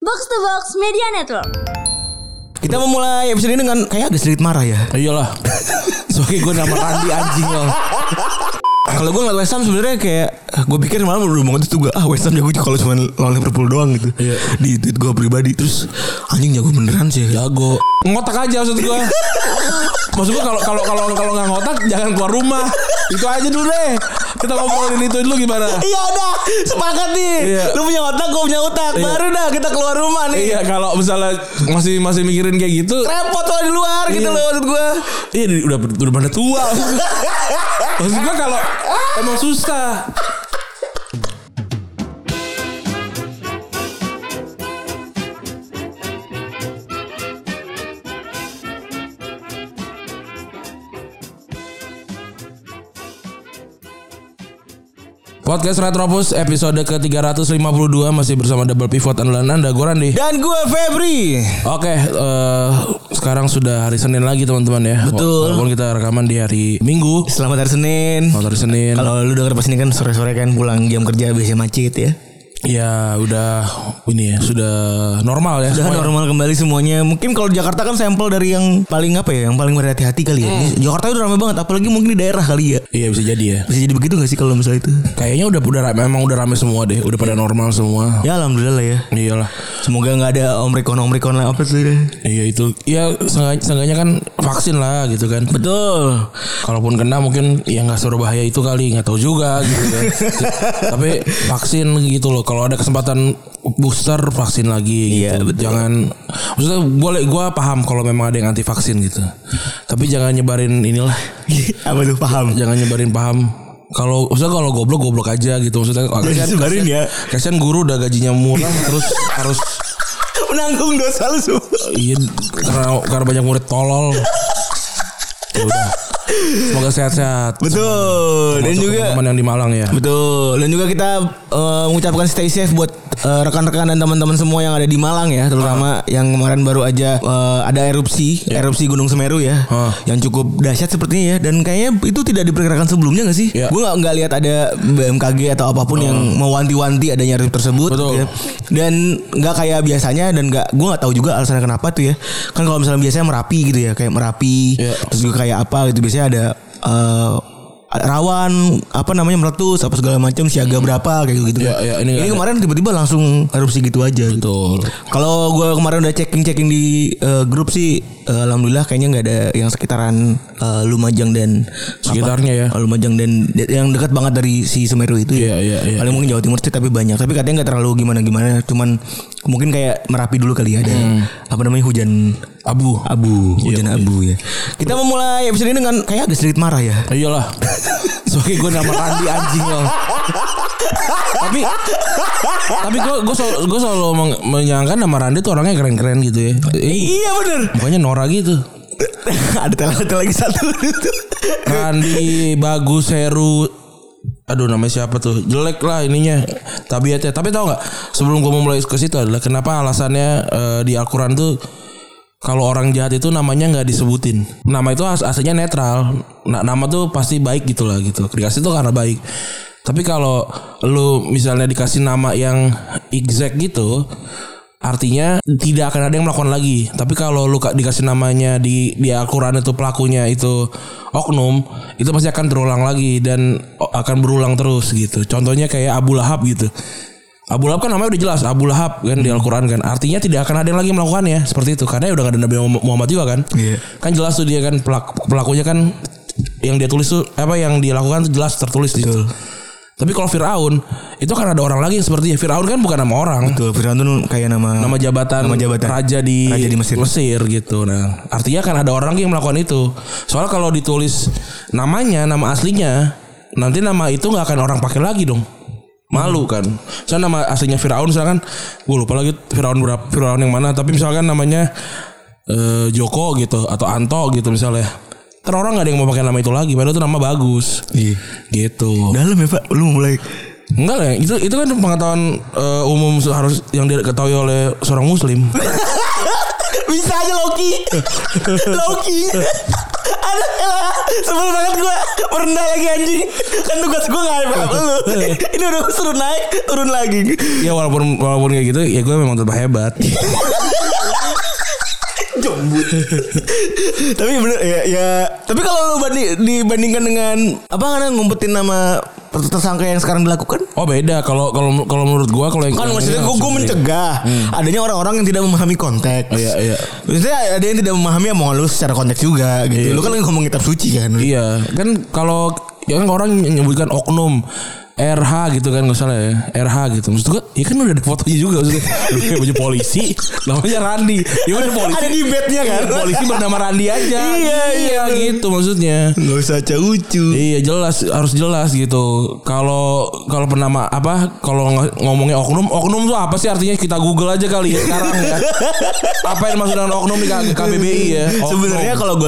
Box to Box Media Network. Kita memulai episode ini dengan kayak agak sedikit marah ya. Iyalah. Soalnya gue nama Randy anjing loh. Kalau gue ngeliat West Ham sebenarnya kayak gue pikir malam udah banget itu gue West Ham jago kalau cuma lawan Liverpool doang gitu. Iya. Di tweet gue pribadi terus anjing jago beneran sih. Jago. Ngotak aja maksud gue. Maksud gue kalau nggak ngotak jangan keluar rumah. Itu aja dulu deh. Kita ngobrolin itu dulu gimana? Iya udah sepakat nih. Iya. Lu punya otak, gue punya otak. Iya. Baru dah kita keluar rumah nih. Iya kalau misalnya masih mikirin kayak gitu. Repot kalau di luar gitu loh maksud gue. Iya udah pada tua. Maksud gue kalau emang susah. Podcast Retropus episode ke-352 masih bersama Double Pivot andalan Anda, gue Randy. Dan gue Febri. Oke, sekarang sudah hari Senin lagi teman-teman ya. Betul. Walaupun kita rekaman di hari Minggu. Selamat hari Senin. Selamat hari Senin. Kalau lu denger pas ini kan sore-sore kan pulang jam kerja biasanya macet ya. Ya udah ini ya sudah normal ya. Sudah normal kembali semuanya. Mungkin kalau di Jakarta kan sampel dari yang paling apa ya, yang paling berhati-hati kali ya. Jakarta udah ramai banget, apalagi mungkin di daerah kali ya. Iya bisa jadi ya. Bisa jadi begitu nggak sih kalau misalnya itu? Kayaknya memang udah ramai semua deh, udah pada normal semua. Ya alhamdulillah lah ya. Iyalah. Semoga nggak ada omikron lah apa sih? Iya itu. Ya seenggaknya kan vaksin lah gitu kan. Betul. Kalaupun kena mungkin ya nggak berbahaya itu kali, nggak tahu juga gitu kan. Tapi vaksin gitu loh. Kalau ada kesempatan booster vaksin lagi gitu. Iya, betul. Jangan maksudnya boleh gue paham kalau memang ada yang anti vaksin gitu. Tapi jangan nyebarin inilah. Apa tuh paham? Jangan nyebarin paham. Kalau goblok aja gitu maksudnya. Sebarin ya. Kasian guru udah gajinya murah terus harus menanggung dosa lu semua. Iya karena banyak murid tolol. Ya udah. Semoga sehat-sehat. Betul. Dan juga teman yang di Malang ya. Betul. Dan juga kita mengucapkan stay safe buat rekan-rekan dan teman-teman semua yang ada di Malang ya, terutama yang kemarin baru aja ada erupsi Gunung Semeru ya, yang cukup dahsyat sepertinya ya. Dan kayaknya itu tidak diperkirakan sebelumnya nggak sih? Gue nggak lihat ada BMKG atau apapun yang mewanti-wanti adanya erupsi tersebut. Betul. Ya. Dan nggak kayak biasanya dan gue nggak tahu juga alasannya kenapa tuh ya. Kan kalau misalnya biasanya Merapi gitu ya, kayak Merapi, terus juga kayak apa gitu biasanya ada rawan apa namanya meletus apa segala macam siaga berapa kayak gitu kan. Ini kemarin tiba-tiba langsung erupsi gitu aja. Betul. Kalau gue kemarin udah checking di grup sih alhamdulillah kayaknya nggak ada yang sekitaran Lumajang dan sekitarnya ya. Lumajang dan yang dekat banget dari si Semeru itu. Iya. Paling mungkin Jawa Timur sih tapi banyak. Tapi katanya nggak terlalu gimana. Cuman mungkin kayak Merapi dulu kali ya ada apa namanya hujan abu hujan abu ya. Kita memulai episode ini dengan kayak agak sedikit marah ya. Iyalah. Soalnya gue nama Randy anjing loh. Tapi gue selalu menyangka nama Randy tuh orangnya keren-keren gitu ya. Iya bener. Mukanya Nora gitu. Ada lagi satu. Randy bagus Heru. Aduh namanya siapa tuh? Jelek lah ininya tabiatnya. Tapi tahu nggak? Sebelum gue mulai ke situ adalah kenapa alasannya di Al-Quran tuh kalau orang jahat itu namanya nggak disebutin. Nama itu aslinya netral. Nama tuh pasti baik gitulah gitu. Dikasih tuh karena baik. Tapi kalau lu misalnya dikasih nama yang exact gitu, artinya tidak akan ada yang melakukan lagi. Tapi kalau lu dikasih namanya di Al-Quran itu pelakunya itu oknum, itu pasti akan terulang lagi dan akan berulang terus gitu. Contohnya kayak Abu Lahab gitu. Abu Lahab kan namanya udah jelas Abu Lahab kan di Al-Quran kan. Artinya tidak akan ada yang lagi melakukannya seperti itu. Karena udah gak ada Nabi Muhammad juga kan. Kan jelas tuh dia kan pelakunya kan yang dia tulis tuh apa yang dia lakukan tuh jelas tertulis di situ. Tapi kalau Firaun itu kan ada orang lagi yang seperti Firaun kan bukan nama orang. Betul, Firaun tuh kayak nama jabatan raja di Mesir gitu. Nah, artinya kan ada orang yang melakukan itu. Soalnya kalau ditulis nama aslinya, nanti nama itu enggak akan orang pakai lagi dong. Malu kan. Soalnya nama aslinya Firaun misalkan gue lupa lagi Firaun yang mana, tapi misalkan namanya Joko gitu atau Anto gitu misalnya. Kan orang gak ada yang mau pakai nama itu lagi, padahal itu nama bagus. Gitu. Dalam ya Pak, lu mulai. Enggak lah, itu kan pengetahuan umum harus yang diketahui oleh seorang muslim. Bisa aja Loki. Ada lah, sebel banget gue merendah lagi anjing. Kan tugas gue nggak hype lu. Ini udah suruh naik, turun lagi. Ya walaupun kayak gitu, ya gue memang tetap hebat. Jombut. Tapi bener ya. Tapi kalau lu dibandingkan dengan apa kan ngumpetin nama tersangka yang sekarang dilakukan? Oh beda. Kalau menurut gua kalau yang kan maksudnya gua mencegah adanya orang-orang yang tidak memahami konteks. Iya. Maksudnya ada yang tidak memahami omongan lu secara konteks juga gitu. Iya. Lu kan ngomong kitab suci kan. Iya. Kan kalau ya kan orang menyebutkan oknum RH gitu kan, nggak salah ya, RH gitu. Maksud gue, ya kan udah ada fotonya juga maksudnya. Kayak baju polisi, namanya Randi. Ya udah polisi. Ada di bednya kan. Polisi bernama Randi aja. Iya gitu maksudnya. Nggak usah caucu. Iya jelas, harus jelas gitu. Kalau penama apa? Kalau ngomongnya oknum tuh apa sih artinya? Kita Google aja kali ya sekarang ya. Apa yang dimaksud dengan oknum di KBBI ya? Sebenarnya kalau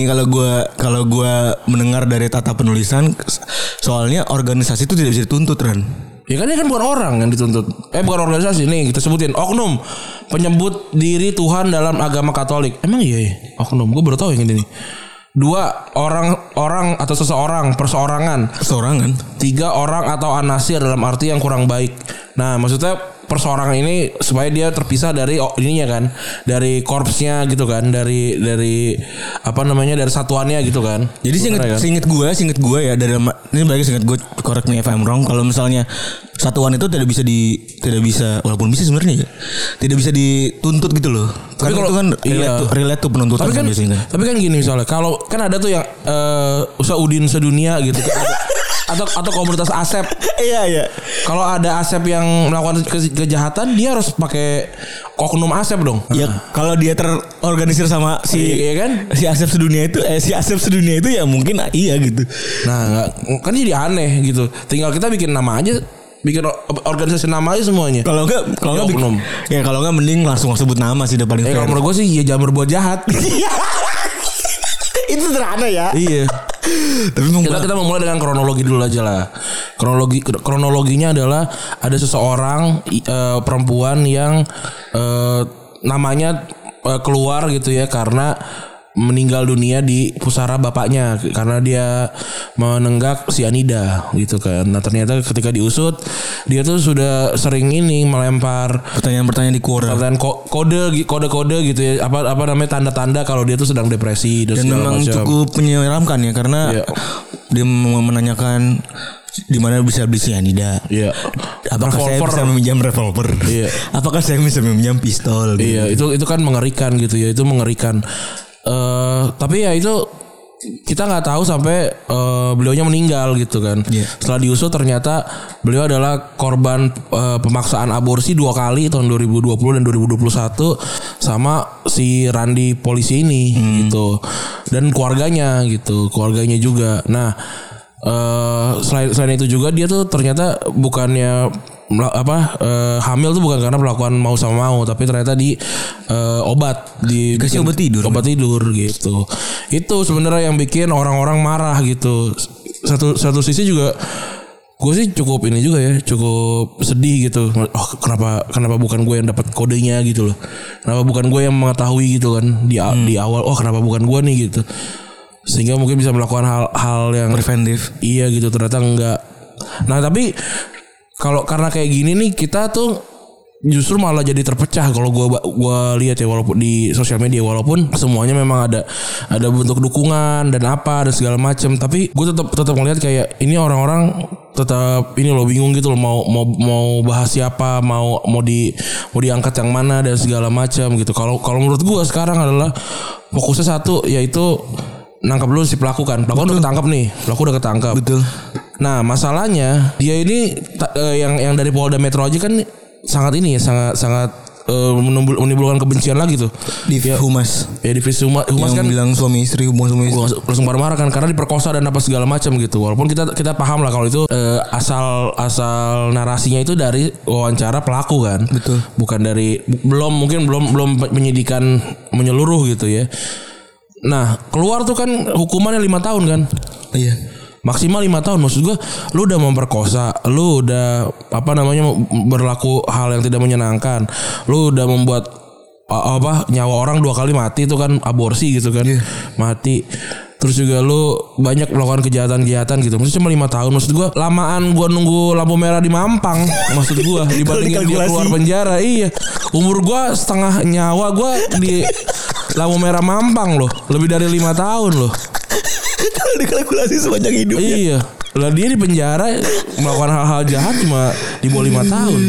gue mendengar dari tata penulisan, soalnya organisasi itu tidak bisa dituntut Ran. Ya kan dia kan bukan orang yang dituntut. Bukan organisasi nih kita sebutin oknum penyebut diri Tuhan dalam agama Katolik. Emang iya ya? Oknum gue baru tahu yang ini nih. 2 orang atau seseorang perseorangan. 3 orang atau anasir dalam arti yang kurang baik. Nah maksudnya perseorangan ini supaya dia terpisah dari ininya kan, dari korpsnya gitu kan, dari apa namanya, dari satuannya gitu kan. Jadi seinget gue ya, dari ini bagi seinget gue, correct me if I'm wrong, kalau misalnya satuan itu tidak bisa walaupun bisa sebenarnya ya, tidak bisa dituntut gitu loh. Tapi kalau itu kan relate tuh penuntutan tapi kan biasanya. Tapi kan gini misalnya, kalau kan ada tuh yang Udin sedunia gitu kan. atau komunitas Asep. Iya. Kalau ada Asep yang melakukan kejahatan, dia harus pakai oknum Asep dong. Ya kalau dia terorganisir sama iya kan? si Asep sedunia itu ya mungkin iya gitu. Nah, kan jadi aneh gitu. Tinggal kita bikin nama aja, bikin organisasi nama aja semuanya. Kalau enggak mending langsung sebut nama sih, udah paling fair. Kalau menurut gue sih ya jangan berbuat jahat. Itu sederhana ya. Iya. Tapi kita memulai dengan kronologi dulu aja lah. Kronologinya adalah ada seseorang perempuan yang namanya keluar gitu ya karena meninggal dunia di pusara bapaknya karena dia menenggak sianida gitu kan. Nah ternyata ketika diusut dia tuh sudah sering ini melempar pertanyaan-pertanyaan di Quora, kode gitu ya, apa namanya, tanda-tanda kalau dia tuh sedang depresi dan memang macam. Cukup menyeramkan ya karena dia menanyakan di mana bisa beli sianida. Iya. Apakah saya bisa meminjam revolver? Iya. Apakah saya bisa meminjam pistol? Gitu. Iya, itu kan mengerikan gitu ya. Itu mengerikan. Tapi ya itu kita nggak tahu sampai beliaunya meninggal gitu kan. Yeah. Setelah diusut ternyata beliau adalah korban pemaksaan aborsi 2 kali tahun 2020 dan 2021 sama si Randi polisi ini gitu. Dan keluarganya juga. Nah, selain itu juga dia tuh ternyata bukannya hamil tuh bukan karena melakukan mau sama mau, tapi ternyata dikasih obat tidur gitu. Itu sebenarnya yang bikin orang-orang marah gitu. Satu sisi juga gue sih cukup sedih gitu. Kenapa bukan gue yang dapat kodenya gitu loh. Kenapa bukan gue yang mengetahui gitu kan di awal. Kenapa bukan gue nih gitu. Sehingga mungkin bisa melakukan hal yang preventif. Iya gitu, ternyata enggak. Nah tapi karena kayak gini nih kita tuh justru malah jadi terpecah kalau gua lihat ya, walaupun di sosial media, walaupun semuanya memang ada bentuk dukungan dan apa dan segala macam, tapi gue tetap melihat kayak ini orang-orang tetap ini loh bingung gitu loh, mau bahas siapa, mau diangkat yang mana dan segala macam gitu. Kalau menurut gua sekarang adalah fokusnya satu, yaitu nangkap dulu si pelaku kan. Pelaku udah ketangkap. Betul. Nah, masalahnya dia ini yang dari Polda Metro aja kan sangat menimbulkan kebencian lagi tuh. Humas. Ya divisi humas kan bilang suami istri. Langsung marah-marah kan karena diperkosa dan apa segala macam gitu. Walaupun kita paham lah kalau itu asal narasinya itu dari wawancara pelaku kan. Betul. Bukan dari belum penyidikan menyeluruh gitu ya. Nah, keluar tuh kan hukumannya 5 tahun kan? Iya. Maksimal 5 tahun. Maksud gue, lu udah memperkosa, lu udah berlaku hal yang tidak menyenangkan, lu udah membuat nyawa orang 2 kali mati itu kan aborsi gitu kan. Mati. Terus juga lu banyak melakukan kejahatan-kejahatan gitu. Maksudnya cuma 5 tahun. Maksud gue lamaan gue nunggu lampu merah di Mampang. Maksud gue dibandingin dia keluar penjara. Iya. Umur gue setengah nyawa gue di lampu merah Mampang loh. Lebih dari 5 tahun loh. Kalau dikalkulasi sepanjang hidupnya. Iya. Lah dia di penjara melakukan hal-hal jahat cuma di bawah 5 tahun.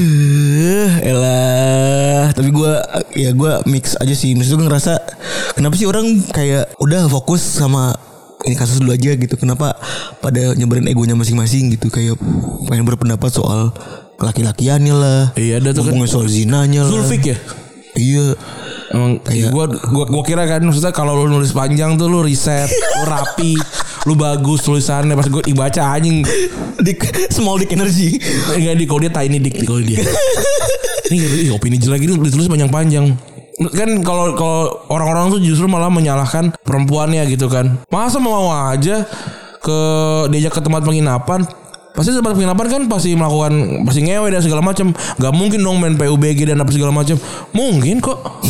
Elah. Tapi gue mix aja sih. Maksudnya gue ngerasa kenapa sih orang kayak udah fokus sama ini kasus dulu aja gitu. Kenapa pada nyebarin egonya masing-masing gitu. Kayak pengen berpendapat soal laki-lakiannya lah. Iya ada tuh kan. Ngomongin soal zinanya lah. Zulfik ya? Iya. Emang kayak gua kira kan maksudnya kalau lu nulis panjang tuh lu riset, lu rapi, lu bagus tulisannya. Pas gue dibaca anjing small dick energy. Enggak di kalau dia tiny dick kalau dia. Ini opini jelek ini ditulis panjang-panjang. Kan kalau orang-orang tuh justru malah menyalahkan perempuannya gitu kan. Masa mau aja diajak ke tempat penginapan. Pasti tempat penginapan kan pasti ngewe dan segala macam. Gak mungkin dong main PUBG dan apa segala macam. Mungkin kok.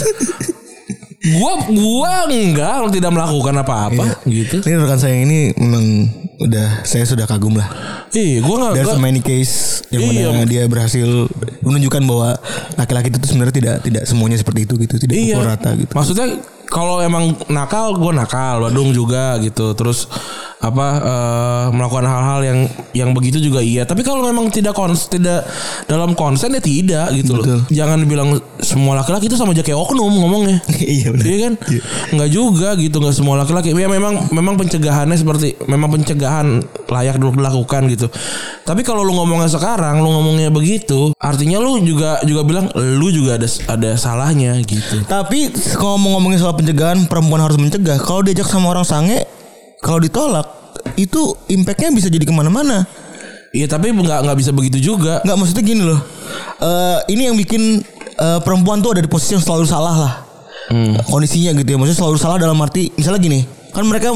Gua enggak tidak melakukan apa-apa gitu. Ini rekan saya ini memang saya sudah kagum lah. Iya, gua enggak. There's so many case yang mana dia berhasil menunjukkan bahwa laki-laki itu tuh sebenarnya tidak semuanya seperti itu gitu, tidak pukul rata gitu. Maksudnya kalau emang nakal, gua nakal, Badung juga gitu. Terus melakukan hal-hal yang begitu juga iya. Tapi kalau memang tidak dalam konsen ya tidak gitu. Betul. Loh. Jangan bilang semua laki-laki itu sama aja kayak oknum ngomongnya. Iya benar. Iya kan? Iya. Enggak juga gitu, enggak semua laki-laki. Ya memang pencegahannya memang pencegahan layak dilakukan gitu. Tapi kalau lu ngomongnya sekarang, lu ngomongnya begitu, artinya lu juga bilang lu juga ada salahnya gitu. Tapi ngomongin soal pencegahan, perempuan harus mencegah. Kalau diajak sama orang sange, kalau ditolak itu impactnya bisa jadi kemana-mana. Iya tapi nggak bisa begitu juga. Nggak, maksudnya gini loh. Ini yang bikin perempuan tuh ada di posisi yang selalu salah lah. Kondisinya gitu ya. Maksudnya selalu salah dalam arti misalnya gini. Kan mereka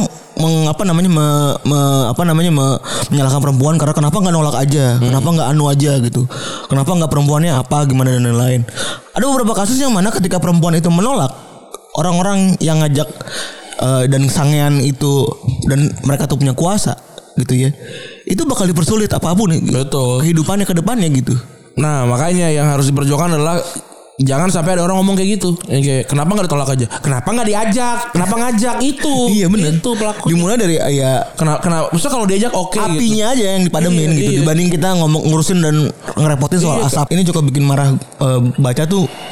menyalahkan perempuan karena kenapa nggak nolak aja, kenapa nggak anu aja gitu, kenapa nggak perempuannya apa gimana dan lain-lain. Ada beberapa kasus yang mana ketika perempuan itu menolak, orang-orang yang ngajak dan sangean itu dan mereka tuh punya kuasa gitu ya, itu bakal dipersulit apapun nih. Betul. Kehidupannya ke depannya gitu. Nah makanya yang harus diperjuangkan adalah jangan sampai ada orang ngomong kayak gitu. Kayak kenapa nggak ditolak aja? Kenapa nggak diajak? Kenapa ngajak itu? Iya benar. Itu pelaku. Dimulai dari kenapa? Maksudnya kalau diajak oke. Apinya gitu. Aja yang dipademin gitu. Dibanding kita ngurusin dan ngerepotin soal asap. Ini cukup bikin marah. Baca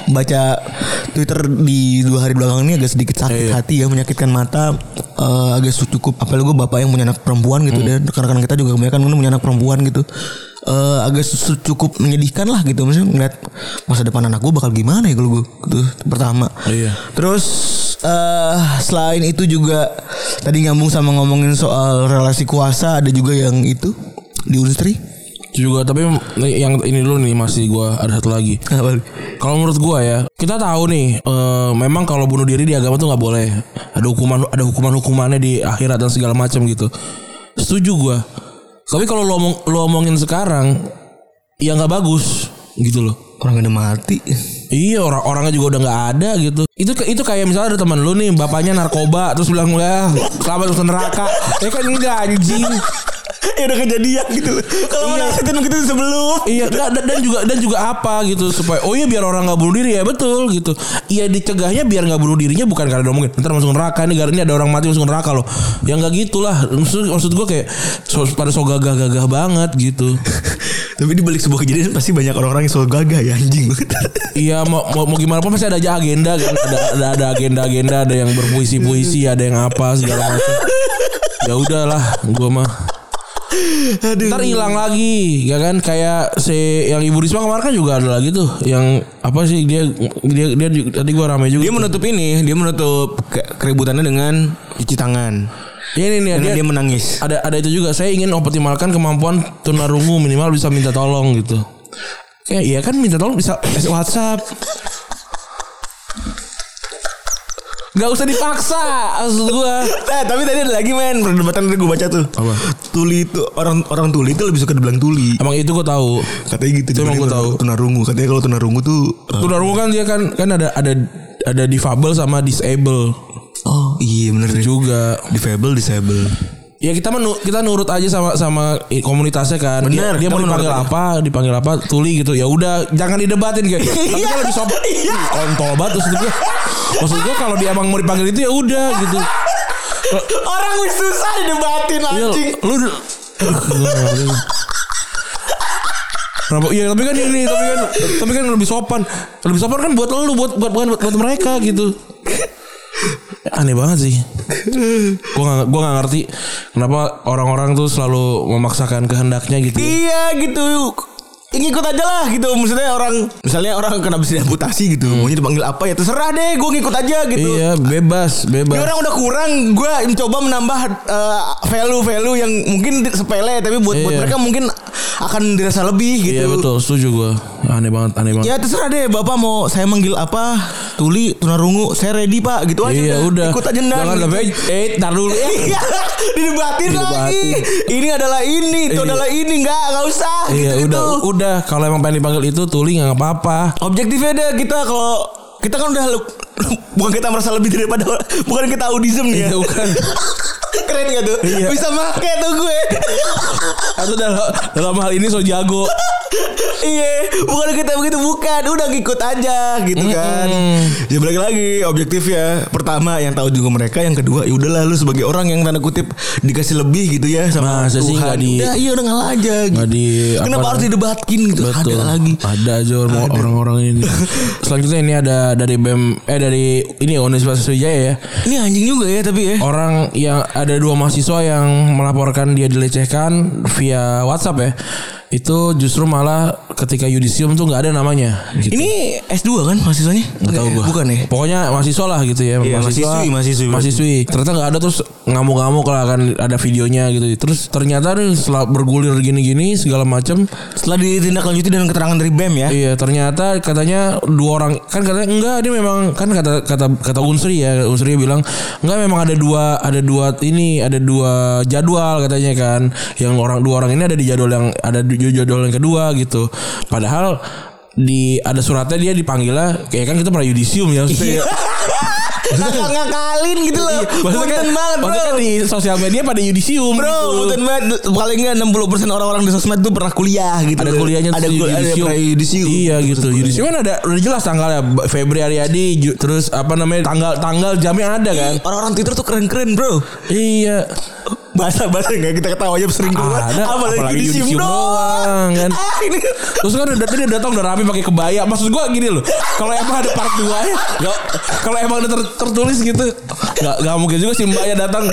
Twitter di 2 hari belakangan ini agak sedikit sakit hati ya, menyakitkan mata. Agak cukup. Apalagi gue bapak yang punya anak perempuan gitu dan rekan-rekan kita juga kebanyakan punya anak perempuan gitu. Agak cukup menyedihkan lah gitu. Maksudnya ngeliat masa depan anak gue bakal gimana ya kalau gue gitu, pertama. Terus selain itu juga tadi nyambung sama ngomongin soal relasi kuasa, ada juga yang itu di Unstri juga. Tapi yang ini dulu nih masih gue ada satu lagi. Kalau menurut gue ya, kita tahu nih memang kalau bunuh diri di agama tuh nggak boleh. Ada hukumannya di akhirat dan segala macam gitu. Setuju gue. Tapi kalau lo omongin sekarang, ya nggak bagus gitu loh. Orang udah mati. Iya, orangnya juga udah nggak ada gitu. Itu kayak misalnya ada teman lu nih, bapaknya narkoba, terus bilang selamat masuk neraka. Ya kan enggak anjing. Ya udah kejadian gitu. Kalau mau nasihatin gitu sebelum. Iya, dan juga apa gitu supaya biar orang nggak bunuh diri ya, betul gitu. Iya, dicegahnya biar nggak bunuh dirinya bukan karena mungkin ntar masuk neraka ini ada orang mati masuk neraka loh. Ya nggak gitulah. Maksud gue kayak pada gagah banget gitu. Tapi di balik sebuah kejadian pasti banyak orang-orang yang so gagah ya anjing. Iya, mau gimana pun pasti ada aja agenda kan. Ada agenda, ada yang berpuisi-puisi, ada yang apa segala macam. Ya udahlah, gue mah. Aduh. Ntar hilang lagi, ya kan? Kayak si yang Ibu Risma kemarin kan juga ada lagi tuh, yang apa sih dia tadi gua ramai juga. Dia menutup keributannya dengan cuci tangan. Ini dia menangis. Ada itu juga. Saya ingin optimalkan kemampuan tunarungu minimal bisa minta tolong gitu. Kayak iya kan minta tolong bisa WhatsApp. Gak usah dipaksa maksud gue. Nah, tapi tadi ada lagi men perdebatan yang gue baca tuh. Apa? Tuli itu orang Tuli itu lebih suka dibilang Tuli. Emang itu gue tahu. Katanya gitu. Itu emang gue tahu. Tunarungu katanya kalau tunarungu tuh. Tunarungu kan dia kan ada difabel sama disable. Oh iya bener juga. Disable. Ya kita nurut aja sama komunitasnya kan. Bener, Dia mau dipanggil apa Tuli gitu. Ya udah jangan didebatin kayak. Tapi kan lebih sopan. Kontol banget maksud gue kalau dia emang mau dipanggil itu ya udah gitu. Orang wis susah didebatin anjing. Iya tapi kan lebih sopan. Lebih sopan kan buat lu buat mereka gitu. Aneh banget sih. Gua nggak ngerti kenapa orang-orang tuh selalu memaksakan kehendaknya gitu. Iya gitu. Ngikut aja lah gitu. Misalnya orang kena besi amputasi gitu. Maunya dipanggil apa ya terserah deh. Gue ngikut aja gitu. Iya bebas. Ini orang udah kurang. Gue mencoba menambah value yang mungkin sepele. Tapi buat mereka mungkin akan dirasa lebih gitu. Iya betul. Setuju gue. Aneh banget. Ya terserah deh. Bapak mau saya manggil apa? Tuli, tunarungu. Saya ready pak. Gitu aja. Iya udah. Ikut aja jangan gitu. lebih. Tar dulu. Didebatin lagi. Ini adalah ini. Itu adalah ini. Nggak usah. Iya gitu. Udah kalau emang pengen dipanggil itu Tuli nggak apa-apa. Objektifnya deh kita kan udah bukan kita merasa lebih daripada bukan kita audism nih ya. Iya, bukan. Keren gak tuh? Iya. Bisa make tuh gue. Atau dalam hal ini so jago. Iya, bukan kita begitu, bukan. Udah ngikut aja gitu kan. Ya balik lagi objektif ya. Pertama yang tahu juga mereka, yang kedua ya udahlah lu sebagai orang yang tanda kutip dikasih lebih gitu ya sama Tuhan. Udah ngalah aja gitu. Kenapa harus didebatkin gitu? Betul. Ada lagi. Ada aja orang-orang ini. Selanjutnya ini ada dari dari ini Universitas Sriwijaya ya. Ini anjing juga ya tapi ya. Orang yang ada 2 mahasiswa yang melaporkan dia dilecehkan via WhatsApp ya. Itu justru malah ketika yudisium tuh nggak ada namanya. Gitu. Ini S2 kan mahasiswanya? Nggak tahu gue. Bukan ya? Pokoknya mahasiswa lah gitu ya. Iya, mahasiswi. Ternyata nggak ada, terus ngamuk-ngamuk lah kan, ada videonya gitu. Terus ternyata nih setelah bergulir gini-gini segala macam, setelah ditindaklanjuti dengan keterangan dari BEM ya. Iya, ternyata katanya 2 orang kan katanya enggak, ini memang kan kata Unsri ya. Unsri bilang enggak, memang ada dua jadwal katanya kan. Yang 2 orang ini ada di jadwal yang kedua gitu. Padahal ada suratnya dia dipanggilnya kayak kan kita pernah yudisium ya. Ngakalin gitu loh. Punten banget bro. Maksudnya di sosial media pada yudisium bro gitu. Punten banget. Paling gak 60% orang-orang di sosmed tuh pernah kuliah gitu. Ada kuliahnya ada yudisium. Iya gitu. Yudisium kan udah jelas tanggalnya. Febri Aryadi. Terus apa namanya, tanggal jamnya ada kan. Orang-orang Twitter tuh keren-keren bro. Iya. Bahasa nggak kita ketawa aja sering keluar. Apalagi yudisium doang kan. Terus kan dia datang udah rame pakai kebaya. Maksud gua gini loh. Kalau emang ada part 2 ya, kalau emang ada tertulis gitu, nggak mungkin juga si Mbaknya datang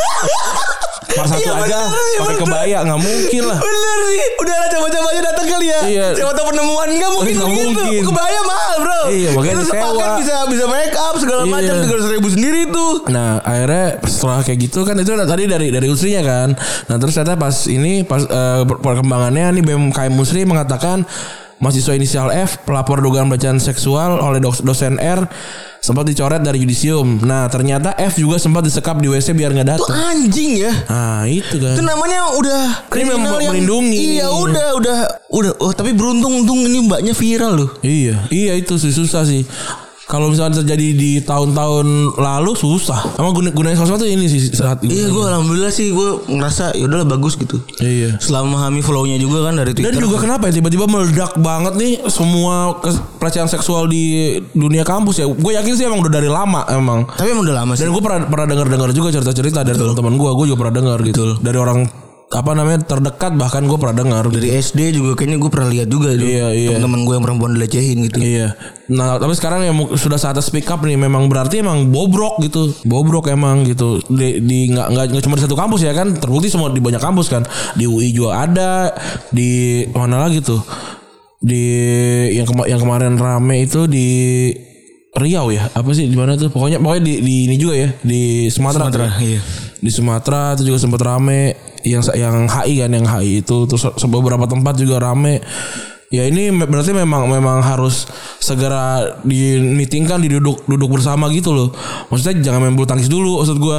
part 1 aja pakai kebaya, nggak mungkin lah. Bener sih. Udah lah coba-coba aja datang kali ya. Iya. Siapa tahu penemuan nggak mungkin begitu. Kebaya mahal bro. Iya, makanya itu sepaket bisa make up segala macam 300.000 sendiri tuh. Nah akhirnya setelah kayak gitu kan, itu tadi dari Unsrinya kan. Nah terus ternyata pas perkembangannya nih BMKM Unsri mengatakan mahasiswa inisial F pelapor dugaan pelecehan seksual oleh dosen R sempat dicoret dari yudisium. Nah ternyata F juga sempat disekap di WC biar nggak datang. Itu anjing ya. Nah itu kan. Itu namanya udah kriminal yang melindungi. Iya udah. Oh tapi beruntung ini mbaknya viral loh. Iya itu susah sih. Kalau misalnya terjadi di tahun-tahun lalu susah. Emang gunain sosmed tuh ini sih saat ini. Iya, gue alhamdulillah sih gue ngerasa ya udahlah bagus gitu. Iya. Setelah memahami flow-nya juga kan dari Twitter. Dan juga kenapa ya tiba-tiba meledak banget nih semua pelecehan seksual di dunia kampus ya. Gue yakin sih emang udah dari lama emang. Tapi emang udah lama sih. Dan gue pernah dengar juga cerita-cerita dari teman-teman gue. Gue juga pernah dengar gitu. Dari orang terdekat, bahkan gue pernah dengar dari gitu. SD juga kayaknya gue pernah lihat juga iya. teman-teman gue yang perempuan dilecehin gitu. Iya. Nah tapi sekarang ya sudah saatnya speak up nih, memang berarti emang bobrok emang gitu. Di nggak cuma di satu kampus ya kan, terbukti semua di banyak kampus kan. Di UI juga ada, di mana lagi tuh, di yang kemarin rame itu di Riau ya, apa sih di mana tuh, pokoknya di ini juga ya, di Sumatera iya. Di Sumatera itu juga sempat rame, yang HI kan, yang HI itu terus beberapa tempat juga rame. Ya ini berarti memang harus segera di-meetingkan, duduk bersama gitu loh. Maksudnya jangan main bulu tangkis dulu maksud gua.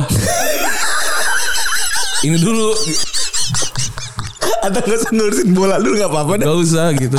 Ini dulu. Atau enggak usah ngurusin bola dulu enggak apa-apa dah. Enggak usah gitu.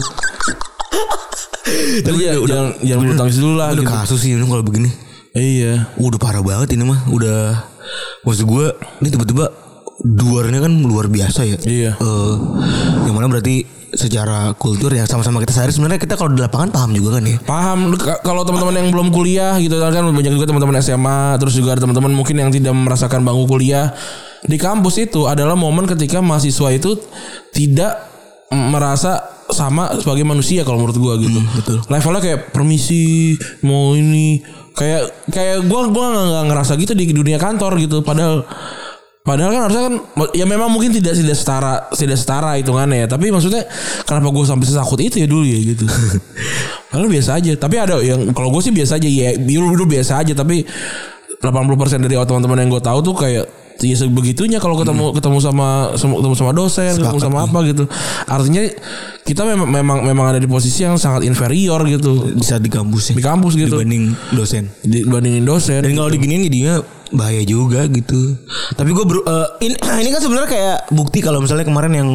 Tapi ya, jangan bulu tangkis dulu lah. Udah gitu. kasus sih ini kalau begini. Iya. Udah parah banget ini mah. Udah. Maksud gua ini tiba-tiba duarnya kan luar biasa ya. Iya. Yang mana berarti secara kultur ya sama-sama kita sehari sebenarnya kita kalau di lapangan paham juga kan ya. Paham. Kalau teman-teman yang belum kuliah gitu kan banyak juga teman-teman SMA, terus juga ada teman-teman mungkin yang tidak merasakan bangku kuliah. Di kampus itu adalah momen ketika mahasiswa itu tidak merasa sama sebagai manusia kalau menurut gua gitu. Betul. Levelnya kayak permisi, mau ini kayak gua enggak ngerasa gitu di dunia kantor gitu. Padahal kan harusnya kan ya memang mungkin tidak setara hitungannya ya. Tapi maksudnya kenapa gue sampai sesakut itu ya dulu ya gitu. Padahal biasa aja. Tapi ada yang kalau gue sih biasa aja ya. Dulu biasa aja. Tapi 80% dari teman-teman yang gue tahu tuh kayak ya sebegitunya kalau ketemu sama dosen, ketemu sama apa gitu. Artinya kita memang ada di posisi yang sangat inferior gitu Di saat di kampus ya. Di kampus gitu. Dibandingin dosen. Dan kalau diginiin jadinya bahaya juga gitu. Tapi gue ini kan sebenarnya kayak bukti kalau misalnya kemarin yang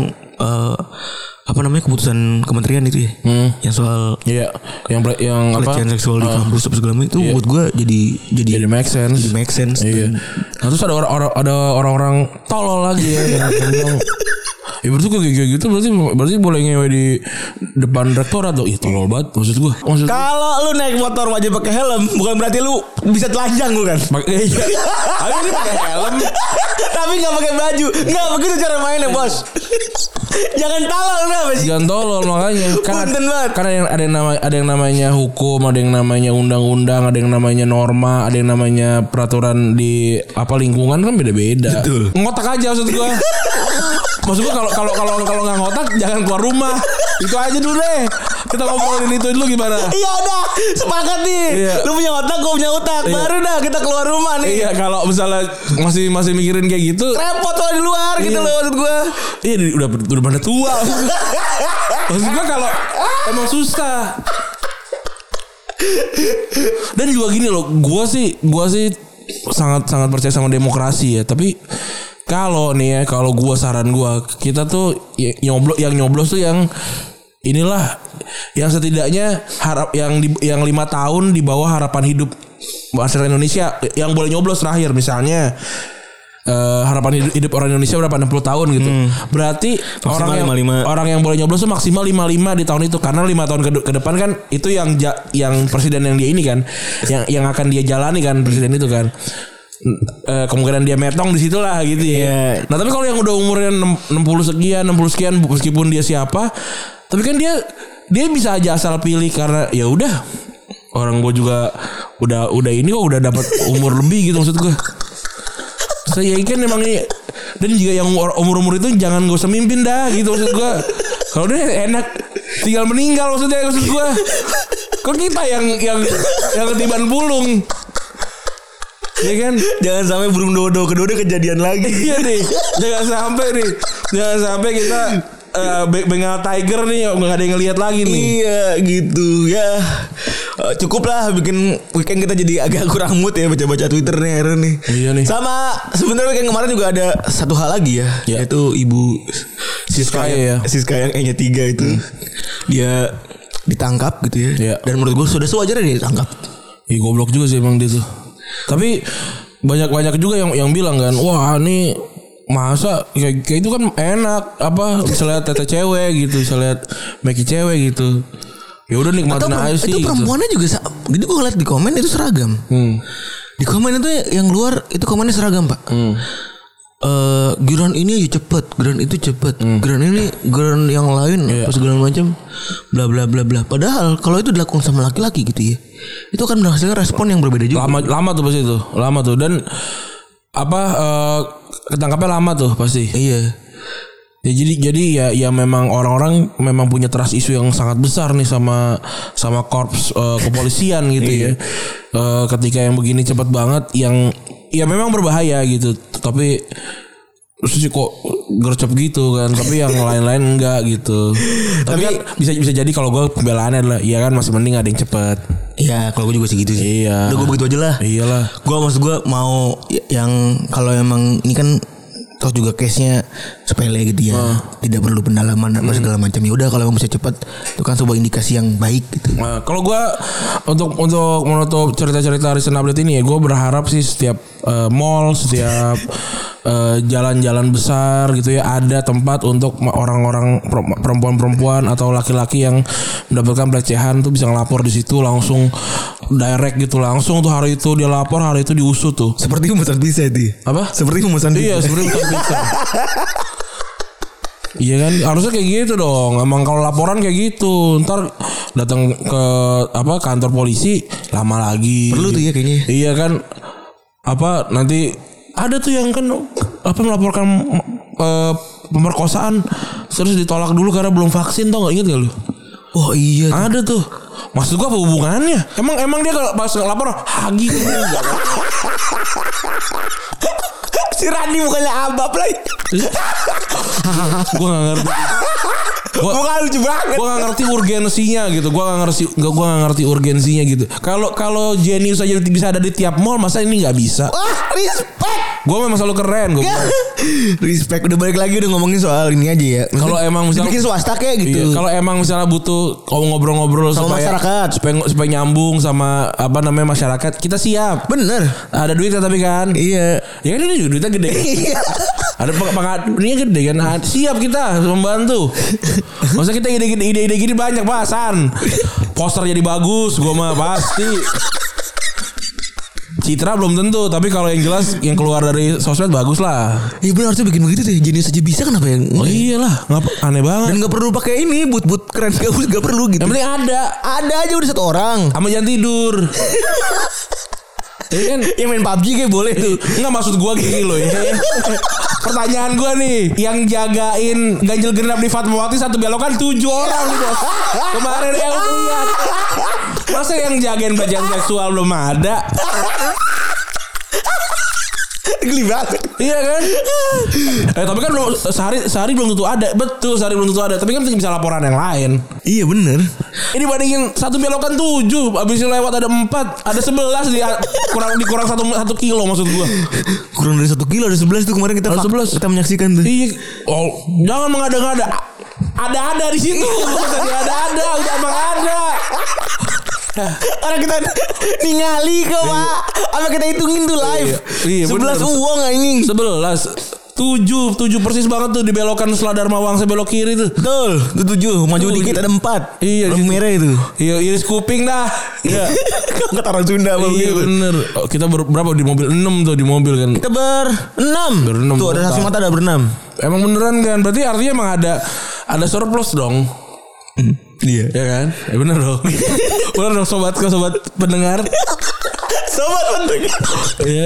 apa namanya keputusan kementerian itu ya, yang soal yang pelecehan seksual di kampus segala macam itu buat gue jadi make sense. Iya. Nah, terus ada orang-orang tolol lagi ya yang bilang ya berarti kayak gitu berarti boleh ngewe di depan rektorat tuh. Ih tolol banget maksud gue. Kalau lu naik motor wajib pakai helm bukan berarti lu bisa telanjang bukan? Aku ini pakai helm tapi nggak pakai baju. Nggak begitu cara mainnya bos. Jangan tolol kenapa sih? Jangan tolol makanya. Karena ada yang namanya hukum, ada yang namanya undang-undang, ada yang namanya norma, ada yang namanya peraturan di lingkungan kan beda-beda. Betul. Ngotak aja maksud gua. Maksud gua kalau nggak ngotak jangan keluar rumah. Itu aja dulu deh. Kita ngobrolin itu dulu gimana? Iya udah sepakat nih. Iya. Lu punya otak, gua punya otak. Iya. Baru dah kita keluar rumah nih. Iya kalau misalnya masih mikirin kayak gitu. Repot kalau di luar gitu loh maksud gua. Iya udah pada tua. Maksud gua kalau emang susah. Dan juga gini loh, gua sih sangat percaya sama demokrasi ya. Tapi kalau gua saran gua, kita tuh yang nyoblos tuh yang inilah yang setidaknya yang 5 tahun di bawah harapan hidup masyarakat Indonesia yang boleh nyoblos terakhir misalnya. Harapan hidup orang Indonesia berapa 60 tahun gitu. Berarti orang yang boleh nyoblos tuh maksimal 55 di tahun itu karena 5 tahun ke depan kan itu yang presiden yang dia ini kan yang akan dia jalani kan presiden itu kan. Kemungkinan dia metong di situ lah gitu ya. Yeah. Nah, tapi kalau yang udah umurnya 60 sekian meskipun dia siapa, tapi kan dia bisa aja asal pilih karena ya udah orang gue juga udah ini kok udah dapat umur lebih gitu maksud gue. Saya kan emang ini dan juga yang umur itu jangan gak usah mimpin dah gitu maksud gue. Kalau dia enak tinggal meninggal maksud gue. Kok kita yang ketiban bulung? Ya kan? Jangan sampai burung dodo kedua kejadian lagi. Iya nih. Jangan sampai kita Bengal Tiger nih nggak ada yang ngelihat lagi nih. Iya gitu ya. Cukup lah bikin weekend kita jadi agak kurang mood ya baca-baca Twitter nih akhirnya nih. Iya nih. Sama sebenarnya weekend kemarin juga ada satu hal lagi ya. Yaitu Ibu Siska yang E-nya 3 itu. Dia ditangkap gitu ya. Ya. Dan menurut gue sudah sewajarnya dia ditangkap. Iya goblok juga sih emang dia tuh. Tapi banyak juga yang bilang kan, wah ini masa kayak itu kan enak bisa lihat tete cewek gitu, bisa lihat Meki cewek gitu. Ya udah nikmatin aja sih. Itu perempuannya gitu. Juga jadi gue ngeliat di komen itu seragam. Di komen itu yang luar itu komennya seragam pak. Geran ini aja cepet, geran itu cepet, geran ini geran yang lain apa segala macam, bla bla bla bla. Padahal kalau itu dilakukan sama laki-laki gitu ya, itu akan menghasilkan respon yang berbeda juga. Lama tuh pasti itu, lama tuh dan ketangkapnya lama tuh pasti. Iya. Ya jadi ya memang orang-orang memang punya trust isu yang sangat besar nih sama korps kepolisian gitu ya. Ketika yang begini cepat banget yang ya memang berbahaya gitu. Tapi terus sih kok gercep gitu kan, tapi yang lain-lain enggak gitu. Tapi kan bisa jadi kalau gue pembelaannya adalah iya kan masih mending ada yang cepet. Iya, kalau gue juga segitu sih. Iya. Udah gue begitu aja lah. Iyalah. Gue maksud gue mau yang kalau emang ini kan toh juga case-nya sepele gitu ya. Tidak perlu pendalaman apa segala macam. Ya udah kalau emang bisa cepat itu kan sebuah indikasi yang baik gitu. Nah, kalau gue untuk menutup cerita-cerita recent update ini ya, gue berharap sih setiap mall, setiap jalan-jalan besar gitu ya ada tempat untuk orang-orang perempuan-perempuan atau laki-laki yang mendapatkan pelecehan tuh bisa ngelapor di situ langsung direct gitu, langsung tuh hari itu dia lapor, hari itu diusut tuh. Seperti pemesan bisa itu. Apa? Seperti pemesan bisa. Iya, seperti pemesan bisa. Iya kan, harusnya kayak gitu dong. Emang kalau laporan kayak gitu, ntar datang ke kantor polisi lama lagi. Perlu tuh ya kayaknya. Iya kan, nanti ada tuh yang kan melaporkan pemerkosaan terus ditolak dulu karena belum vaksin, tau nggak, inget gak lu? Oh iya. Ada tuh. Maksud gua apa hubungannya? Emang dia kalau pas lapor hagi gitu. Si Rani bukannya abab lagi. Gua enggak ngerti. Bukan lucu banget. Gua enggak ngerti urgensinya gitu. Gua enggak ngerti urgensinya gitu. Kalau Genius aja bisa ada di tiap mall, masa ini enggak bisa? Wah, respect. Gua memang selalu keren gua. Respect, udah balik lagi udah ngomongin soal ini aja ya. Kalau emang misalnya bikin swasta kayak gitu. Iya, kalau emang misalnya butuh ngobrol-ngobrol sama masyarakat supaya nyambung sama masyarakat, kita siap. Bener. Ada duitnya tapi kan. Iya. Ya kan ini duitnya gede. Ada ini gede kan. Siap kita membantu. Maksudnya kita ide-ide gini banyak bahasan. Poster jadi bagus, gua mah pasti. Citra belum tentu, tapi kalau yang jelas yang keluar dari sosmed bagus lah. Iya benar, harusnya bikin begitu deh. Genius aja bisa, kenapa yang? Oh iyalah, aneh banget. Dan nggak perlu pakai ini but keren, nggak perlu gitu. Yang penting ada aja udah satu orang. Sama jangan tidur. Ya kan, yang main PUBG kayak boleh tuh. Enggak, maksud gua gini loh ya. Pertanyaan gua nih, yang jagain ganjil genap di Fatmawati satu belokan 7 orang nih bos. Kemarin yang lihat. Masa yang jagain pelecehan seksual belum ada? Geli banget. Iya kan? Tapi kan belum sehari belum tentu ada. Betul, sehari belum tentu ada. Tapi kan bisa laporan yang lain. Iya bener. Ini bandingin satu belokan 7, habis lewat ada 4, ada 11 dikurang 1 kilo maksud gua. Kurang dari 1 kilo ada 11 tuh kemarin kita 11 kita menyaksikan tuh. Iya. Oh, jangan mengada-ngada. Ada di situ. Ada, udah emang ada. Orang kita ningali kok Pak. Apa kita hitungin tuh live. Iya, 11 uang anjing. 7 persis banget tuh di belokan Seladar Mawang sebelok kiri tuh. Betul. Itu 7, maju dikit ada 4. Iya, lampu merah itu. Iya, iris kuping dah. Iya. Ketaran Sunda apa Iya gitu. bener. Kita berapa di mobil? 6 tuh di mobil kan. Kita berenam. Tuh ada saksi mata ada berenam. Emang beneran kan? Berarti artinya emang ada surplus dong. Iya. Ya kan? Ya bener dong. Bener dong sobat pendengar. Sobat pendengar. Iya.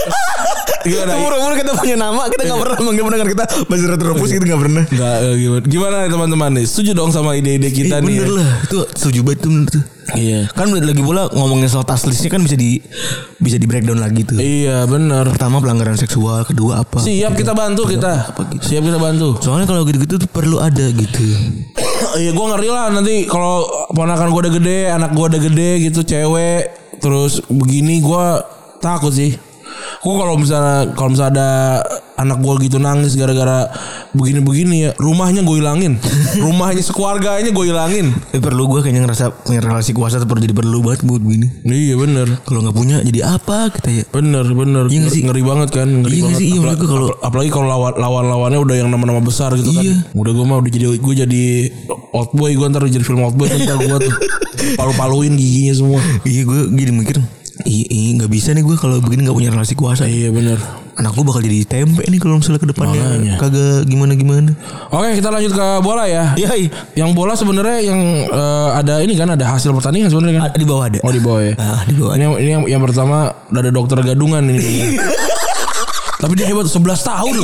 Umur kita punya nama, kita nggak pernah manggil pendengar kita Buzzer Retropus gitu nggak pernah. Nggak gimana teman-teman nih? Setuju dong sama ide-ide kita nih? Bener lah, itu setuju banget tuh. Iya. Kan lagi pula ngomongin soal task listnya kan bisa di breakdown lagi tuh. Iya benar. Pertama pelanggaran seksual, kedua apa? Siap kita bantu kita. Siap kita bantu. Soalnya kalau gitu-gitu tuh perlu ada gitu. Iya gue ngeri lah nanti kalau ponakan gue udah gede, anak gue udah gede gitu, cewek terus begini gue takut sih. Gue kalau misalnya ada anak gue gitu nangis gara-gara begini-begini ya, rumahnya gue hilangin. Rumahnya sekeluarganya gue hilangin. Perlu gue kayaknya ngerasa punya relasi kuasa tuh jadi perlu banget buat begini. Iya bener. Kalau nggak punya jadi apa kita ya? Bener. Iya ngeri banget kan. Ngeri banget. Sih, apalagi kalau lawan-lawannya udah yang nama-nama besar gitu kan. Udah gue jadi old boy, gue ntar jadi film old boy kan gue tuh palu-paluin giginya semua. Iya gue gini mikir. Iya nggak bisa nih gue kalau begini nggak punya relasi kuasa. Iya bener. Anak gue bakal jadi tempe nih kalau misalnya ke depannya kagak gimana. Oke kita lanjut ke bola ya. Iya. Yang bola sebenarnya yang ada ini kan ada hasil pertandingan sebenarnya kan. Di bawah ada. Oh di bawah ya. Di bawah. Ini yang pertama ada dokter gadungan ini. Tapi dia hebat 11 tahun.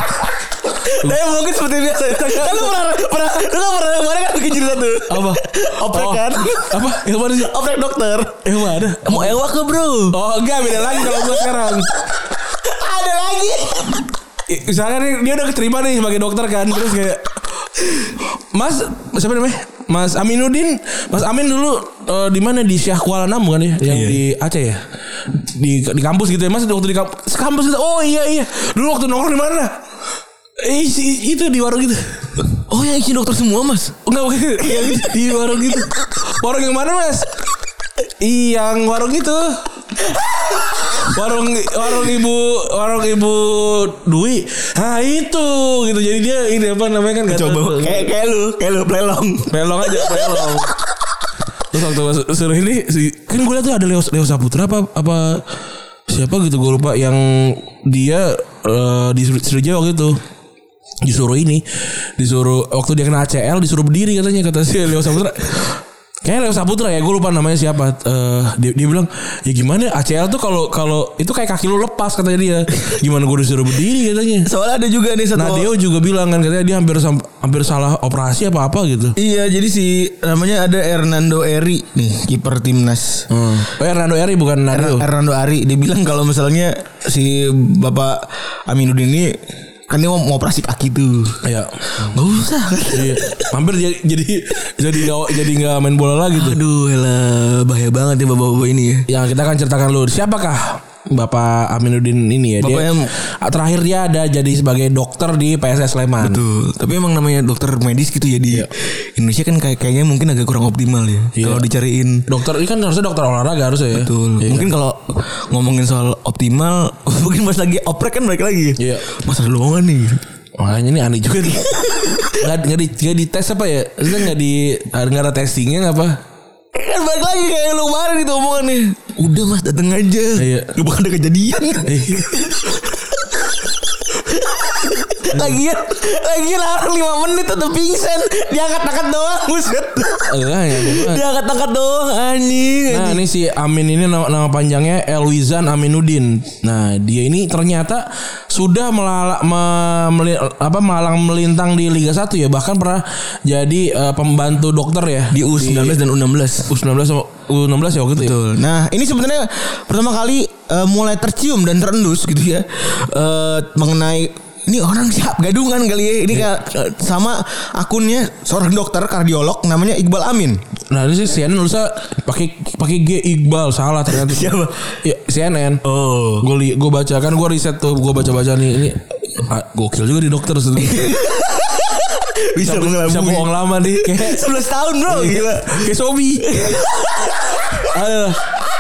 Tapi mungkin seperti biasa. Kan lu pernah kemarin kan bikin cerita tuh. Apa? Oprek kan? Apa? Yang mana sih? Oprek dokter. Yang mana? Mau ewak ke bro? Oh enggak, beda lagi kalau gue sekarang. Ada lagi. misalkan nih, dia udah keterima nih sebagai dokter kan, terus kayak Mas siapa namanya? Mas Aminuddin. Mas Amin dulu di mana, di Syah Kuala Namu kan ya, yang di Aceh ya. Di kampus gitu ya. Mas waktu di kampus gitu. Oh iya. Dulu waktu nongkrong di mana? Itu di warung gitu. Oh yang isi dokter semua Mas? Enggak, yang di warung gitu. Warung yang mana Mas? Yang warung itu. Warung ibu Dwi. Nah itu gitu. Jadi dia ini apa namanya kan? Coba kayak lu pelong aja. Terus waktu suruh ini kan gue liat tuh ada Leo Saputra apa siapa gitu, gue lupa, yang dia di Sriwijaya waktu itu disuruh waktu dia kena ACL disuruh berdiri katanya, kata si Leo Saputra. Kayaknya Leo Saputra ya, gue lupa namanya siapa. Dia bilang ya gimana ACL tuh kalau itu kayak kaki lu lepas katanya dia. Gimana gue disuruh berdiri katanya. Soalnya ada juga nih satu. Nadeo juga bilang kan katanya dia hampir salah operasi apa gitu. Iya, jadi namanya ada Hernando Eri nih, kiper timnas. Oh Hernando Eri bukan Nadeo. Hernando Ari, dia bilang kalau misalnya si Bapak Aminuddin ini kan dia mau operasi kaki tuh. Iya. Gak usah kan. Iya. Hampir jadi nggak main bola lagi tuh. Aduh, elah, bahaya banget ya bapak-bapak ini ya. Yang kita akan ceritakan lu, siapakah Bapak Aminuddin ini ya? Terakhir dia ada jadi sebagai dokter di PSS Sleman. Betul. Tapi emang namanya dokter medis gitu ya di Indonesia kan kayaknya mungkin agak kurang optimal ya. Kalau dicariin dokter ini kan harusnya dokter olahraga harusnya ya. Betul. Mungkin kalau ngomongin soal optimal, mungkin pas lagi oprek kan balik lagi. Iya. Masa lowongan nih. Makanya ini aneh juga nih. Nggak dites apa ya? Nggak ada testingnya apa? Kan balik lagi kayak lu kemarin gitu omongan nih. Udah Mas dateng aja. Iya. Lu bakal ada kejadian. Lagian orang 5 menit udah pingsan. Diangkat-angkat doang. Buset. Diangkat-angkat doang anjing. Nah ini si Amin ini nama panjangnya Elwizan Aminuddin. Nah dia ini ternyata sudah melalang melintang di Liga 1 ya. Bahkan pernah jadi pembantu dokter ya di U19 dan U16. U19 sama U16 ya waktu itu. Betul. Ya? Nah ini sebenarnya pertama kali mulai tercium dan terendus gitu ya mengenai ini orang siap gadungan kali ya. Ini sama akunnya seorang dokter kardiolog namanya Iqbal Amin. Nah ini sih CNN nulisnya pakai G Iqbal, salah ternyata. Siapa? Ya CNN. Oh. Gue baca kan, gue riset tuh, gue baca nih ini gokil juga di dokter sebetulnya. Bisa bohong lama nih. Kayak 11 tahun bro. Gila. Kayak Sobi. Ayo.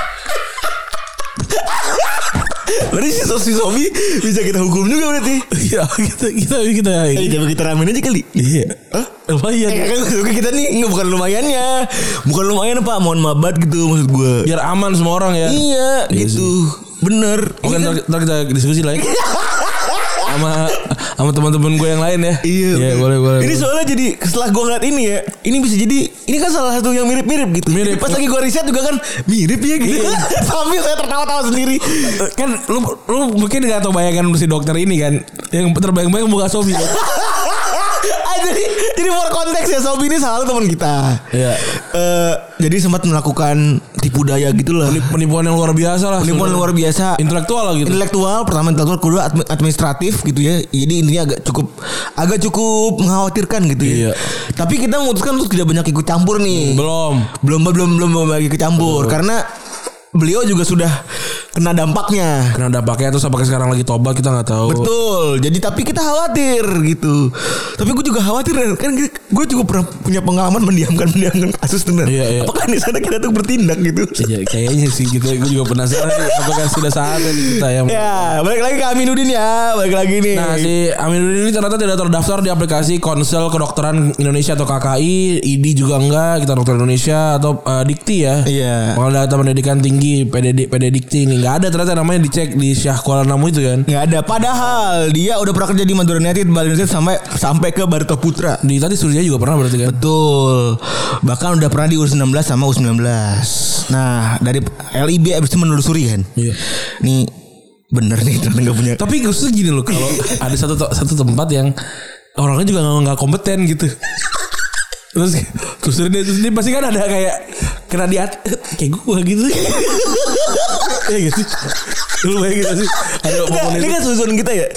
Berarti si Sobi bisa kita hukum juga berarti. Iya kita ya. Coba kita ramein aja kali. Iya. Hah? Lumayan. Kan kita nih bukan lumayannya. Bukan lumayan Pak. Mohon maaf banget gitu maksud gue. Biar aman semua orang ya. Iya gitu. Bener. Oke ntar kita diskusi lah ya. sama teman-teman gue yang lain ya. Iya boleh. Ini soalnya jadi setelah gue ngeliat ini ya, ini bisa jadi ini kan salah satu yang mirip-mirip gitu. Mirip. Pas lagi gue riset juga kan mirip ya gitu. Sambil saya tertawa-tawa sendiri. Kan lu mungkin gak tau bayangan si dokter ini kan, yang terbayang-bayang buka Sobi kan? Jadi for konteks ya, Sobi ini salah satu teman kita. Iya. Jadi sempat melakukan tipu daya gitulah. Penipuan yang luar biasa lah. Penipuan luar biasa. Intelektual lah gitu. Intelektual, pertama intelektual, kedua administratif gitu ya. Jadi intinya agak cukup mengkhawatirkan gitu ya. Iya. Tapi kita memutuskan untuk tidak banyak ikut campur nih. Belum lagi ikut campur karena beliau juga sudah kena dampaknya. Terus apakah sekarang lagi tobat kita nggak tahu. Betul. Jadi tapi kita khawatir gitu. Tapi gue juga khawatir kan gue juga pernah punya pengalaman mendiamkan kasus benar. Iya. Apakah di sana kita tuh bertindak gitu? Iya kayaknya sih gitu. Gue juga penasaran apakah sudah saatnya kita yang. Ya balik lagi ke Aminuddin ya. Balik lagi nih. Nah si Aminuddin ini ternyata tidak terdaftar di aplikasi Konsel Kedokteran Indonesia atau KKI. ID juga enggak. Kita Dokter Indonesia atau Dikti ya. Iya. Pengelola Data Pendidikan Tinggi PD Dikti ini nggak ada ternyata, namanya dicek di Syah Kuala Namu itu kan. Nggak ada. Padahal dia udah pernah kerja di Madura United, Bali United sampai ke Barito Putra. Di tadi Surya juga pernah berarti kan. Betul. Bahkan udah pernah di U19 sama U19. Nah dari LIB abis itu menelusuri kan. Iya. Nih bener nih ternyata nggak punya. Tapi khusus gini loh, kalau ada satu tempat yang orangnya juga nggak kompeten gitu. Terus dia pasti kan ada kayak kena di hati kayak gue gitu. Ya gitu. Lu kayak gitu sih. Ada ini kan susun kita ya.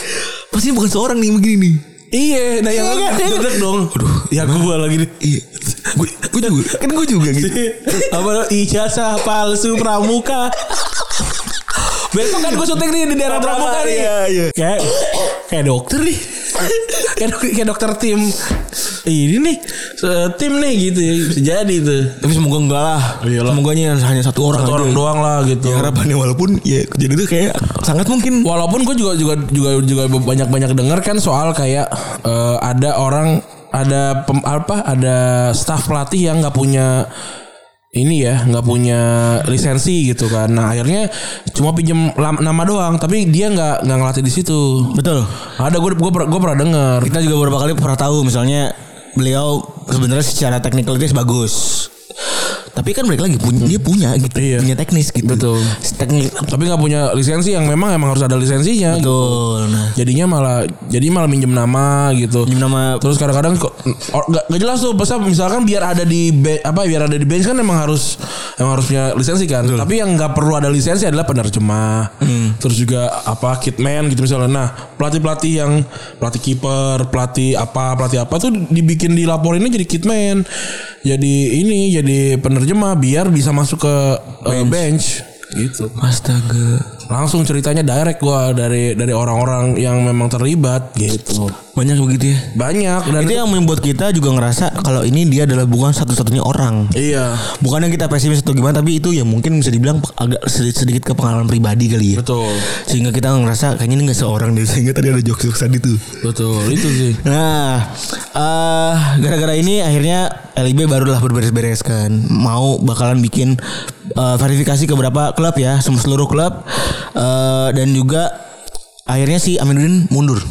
pasti bukan seorang nih begini nih. Iya, nah yang deg dong. Aduh, ya gue lagi nih. Iya. Gue juga. Kan gue juga gitu. Apa ijazah palsu pramuka. Besok kan gue syuting nih di daerah pramuka nih. Iya. Kayak dokter nih. Kayak dokter tim ini nih tim nih gitu ya, bisa jadi tuh. Tapi semoga enggak lah. Iyalah. Semoganya hanya satu orang doang lah gitu. Ya, harapannya walaupun ya kejadian itu kayak sangat mungkin. Walaupun gue juga banyak dengar kan soal kayak ada orang ada staf pelatih yang nggak punya nggak punya lisensi gitu kan. Nah akhirnya cuma pinjam nama doang, tapi dia nggak ngelatih di situ. Betul. Ada gue pernah dengar. Kita juga beberapa kali pernah tahu misalnya beliau sebenarnya secara technicalities bagus. Tapi kan balik lagi dia punya gitu, punya teknis gitu. Betul. Tapi nggak punya lisensi yang emang harus ada lisensinya. Betul. Gitu. Nah. Jadinya malah minjem nama gitu. Minjem nama. Terus kadang-kadang kok nggak jelas tuh. Misalkan biar ada di bench kan emang harus punya lisensi kan. Betul. Tapi yang nggak perlu ada lisensi adalah penerjemah. Terus juga kitman gitu misalnya. Nah pelatih yang pelatih kiper, pelatih apa tuh dibikin dilaporinnya jadi kitman. Jadi penerjemah biar bisa masuk ke bench gitu. Astaga. Langsung ceritanya direct gua dari orang-orang yang memang terlibat gitu. Banyak begitu ya. Banyak dan itu yang membuat kita juga ngerasa kalau ini dia adalah bukan satu-satunya orang. Iya. Bukannya kita pesimis atau gimana, tapi itu ya mungkin bisa dibilang agak sedikit ke pengalaman pribadi kali ya. Betul. Sehingga kita ngerasa kayaknya ini nggak seorang deh, sehingga tadi ada jokes tadi tuh. Betul, itu sih. Nah, gara-gara ini akhirnya LIB barulah berberes-beres kan. Mau bakalan bikin verifikasi ke beberapa klub ya, seluruh klub, dan juga akhirnya si Aminuddin mundur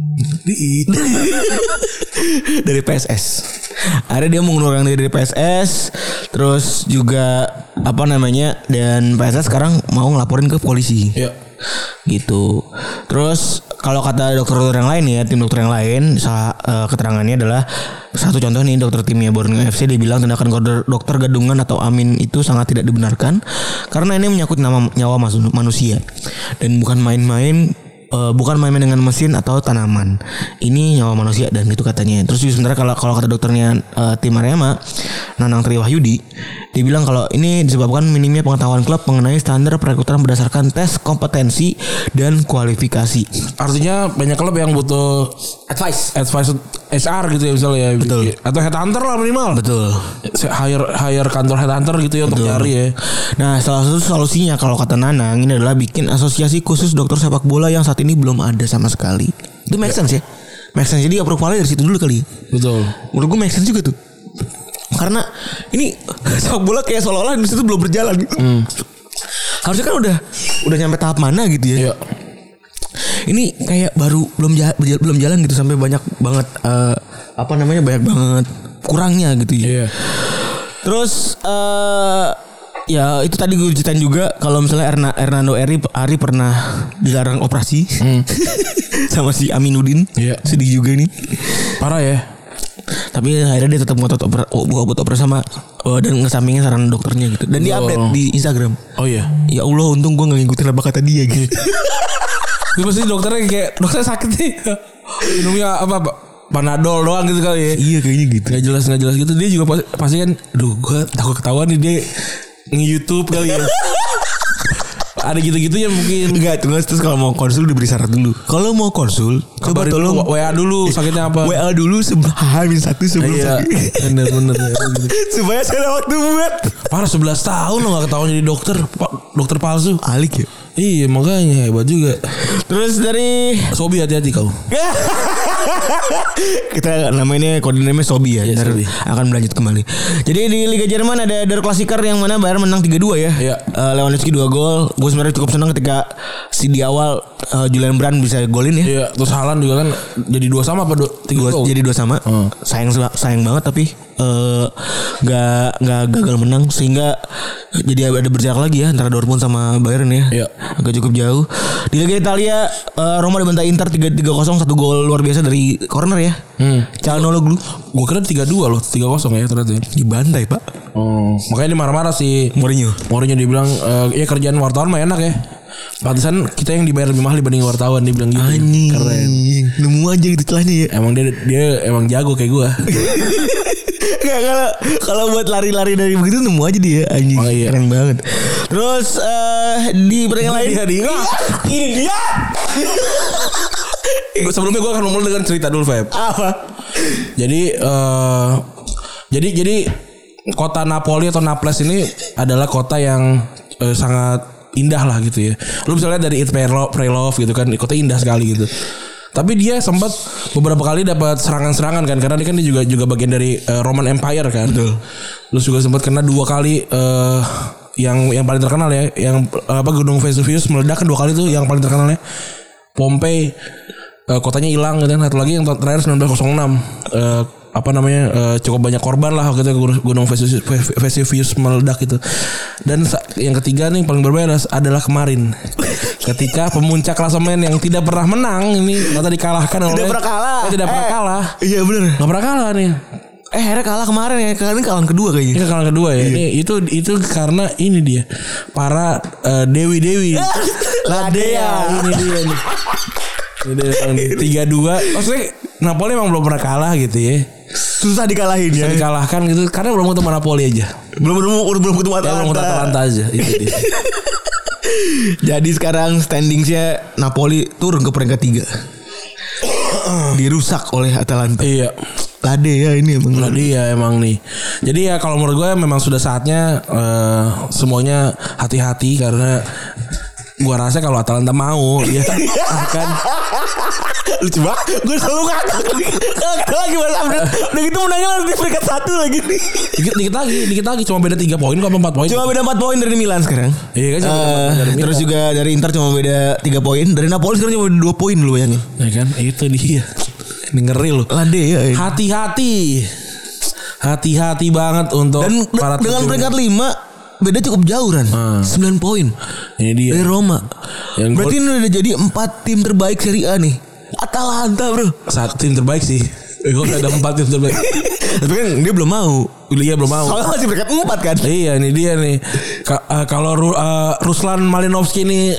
dari PSS. Akhirnya dia mengundurkan diri dari PSS. Terus juga dan PSS sekarang mau ngelaporin ke polisi. Iya. Gitu. Terus kalau kata dokter-dokter yang lain ya, tim dokter yang lain, keterangannya adalah satu contoh nih, dokter timnya Borneo FC, dia bilang tindakan dokter gadungan atau Amin itu sangat tidak dibenarkan karena ini menyangkut nyawa manusia dan bukan main-main dengan mesin atau tanaman. Ini nyawa manusia dan itu katanya. Terus juga sebenarnya kalau kata dokternya tim Arema, Nanang Triwahyudi, dia bilang kalau ini disebabkan minimnya pengetahuan klub mengenai standar perekrutan berdasarkan tes kompetensi dan kualifikasi. Artinya banyak klub yang butuh advice HR gitu ya misalnya. Betul. Atau headhunter lah minimal. Betul. Hire kantor headhunter gitu ya. Betul. Untuk nyari ya. Nah, salah satu solusinya kalau kata Nanang ini adalah bikin asosiasi khusus dokter sepak bola yang saat ini belum ada sama sekali. Itu make sense ya. Make sense. Jadi approvalnya dari situ dulu kali. Betul. Menurut gue make sense juga tuh. Karena ini sepak bola kayak seolah-olah di situ belum berjalan. Harusnya kan udah nyampe tahap mana gitu ya. Iya. Ini kayak baru belum jalan gitu sampai banyak banget banyak banget kurangnya gitu ya. Iya. Terus ya itu tadi gue ceritain juga kalau misalnya Hernando Ari pernah dilarang operasi sama si Aminuddin. Iya. Sedih juga nih. Parah ya. Tapi akhirnya dia tetap ngotot buat operasi sama dan ngesampingin saran dokternya gitu. Dan dia update di Instagram. Oh iya. Ya Allah, untung gue gak ngikutin apa kata dia gitu. Itu pasti dokternya kayak dokter sakit nih. Minumnya Panadol doang gitu kali ya. Iya kayaknya gitu. Gak jelas gitu. Dia juga pasti kan, gue takut ketahuan nih dia nge-YouTube kali ya. Ada gitu-gitunya mungkin. Enggak, terus kalau mau konsul diberi syarat dulu. Kalau mau konsul, coba tolong WA dulu sakitnya apa. WA dulu H-1 sebelum sakit. Bener. Supaya saya ada waktu buat. Parah 11 tahun lo gak ketahuan jadi dokter palsu. Alik ya. Iya makanya hebat juga. Terus dari Sobi, hati-hati kau. Kita namanya koordinatnya Sobi ya. Sobi. Akan berlanjut kembali. Jadi di Liga Jerman ada Der Klassiker yang mana Bayern menang 3-2 ya. Iya. Lewandowski 2 gol. Gue sebenarnya cukup senang ketika di awal Julian Brandt bisa golin ya. Iya. Terus Haaland juga kan jadi 2 sama apa 3 jadi 2 sama. Sayang banget tapi nggak gagal menang sehingga jadi ada berjarak lagi ya antara Dortmund sama Bayern ya. Iya. Agak cukup jauh. Di Liga Italia Roma dibantai Inter 3-0, 1 gol luar biasa dari corner ya. Calhanoglu. Gue kira 3-2 loh, 3-0 ya ternyata. Dibantai, Pak. Makanya dia marah-marah sih Mourinho dibilang ya kerjaan wartawan mah enak ya. Pantesan kita yang dibayar lebih mahal dibanding wartawan, dia bilang gitu. Anjing. Keren. Nemu aja gitu celahnya ya. Emang dia emang jago kayak gua. Enggak, kalau buat lari-lari dari begitu nemu aja dia anjing. Oh, iya. Keren banget. Terus di pertandingan lain Ini dia. Sebelumnya gue akan ngomong dengan cerita dulu, Feb. apa? Jadi kota Napoli atau Naples ini adalah kota yang sangat indah lah gitu ya. Lu bisa lihat dari Eat Pray Love gitu kan, kota indah sekali gitu. Tapi dia sempat beberapa kali dapat serangan-serangan kan, karena dia kan juga bagian dari Roman Empire kan. Betul. Terus juga sempat kena 2 kali yang paling terkenal ya, yang Gunung Vesuvius meledak kan 2 kali tuh yang paling terkenalnya. Pompei kotanya hilang gitu kan. Satu lagi yang terakhir 1906 cukup banyak korban lah waktu itu Gunung Vesuvius meledak itu. Dan yang ketiga nih paling berbeda adalah kemarin ketika pemuncak klasemen yang tidak pernah menang ini ternyata dikalahkan oleh Tidak pernah kalah. Iya benar. Nggak pernah kalah nih. Akhirnya kalah kemarin ya. Kalian kalah kedua kayaknya. Ini kalah kedua ya. Iya. Itu karena ini dia para dewi-dewi. Ladea. Ini dia nih. Ini 3-2. Maksudnya Napoli emang belum pernah kalah gitu ya. Susah dikalahin ya. Susah dikalahkan gitu karena belum ketemu Napoli aja. Belum ketemu Atalanta. Belum Atalanta aja itu dia. Jadi sekarang standingsnya Napoli turun ke peringkat 3. Dirusak oleh Atalanta. Iya. Ladea ini emang. Ladea emang nih. Jadi ya kalau menurut gue memang sudah saatnya semuanya hati-hati karena gua rasa kalau Atalanta mau dia akan lucu banget. Gue selalu ngakak lagi Mas Abdul. Udah gitu menangnya di peringkat 1 lagi nih. Dikit lagi cuma beda 3 poin kok 4 poin. Cuma beda 4 poin dari Milan sekarang. Iya kan dari terus juga dari Inter cuma beda 3 poin. Dari Napoli sekarang cuma beda 2 poin lu bayangin. Ya kan itu dia. Ini ngeri loh. Ladea ya. Hati-hati banget untuk dan para dengan peringkat 5 beda cukup jauh Ran. 9 poin. Ini dia. Dari Roma. Berarti ini udah jadi 4 tim terbaik Serie A nih. Atalanta bro. Saat tim terbaik sih. Gue ada 4 tim terbaik. Tapi kan dia belum mau. Dia belum mau. Soalnya masih peringkat 4 kan. Iya ini dia nih. Kalau Ruslan Malinovskyi ini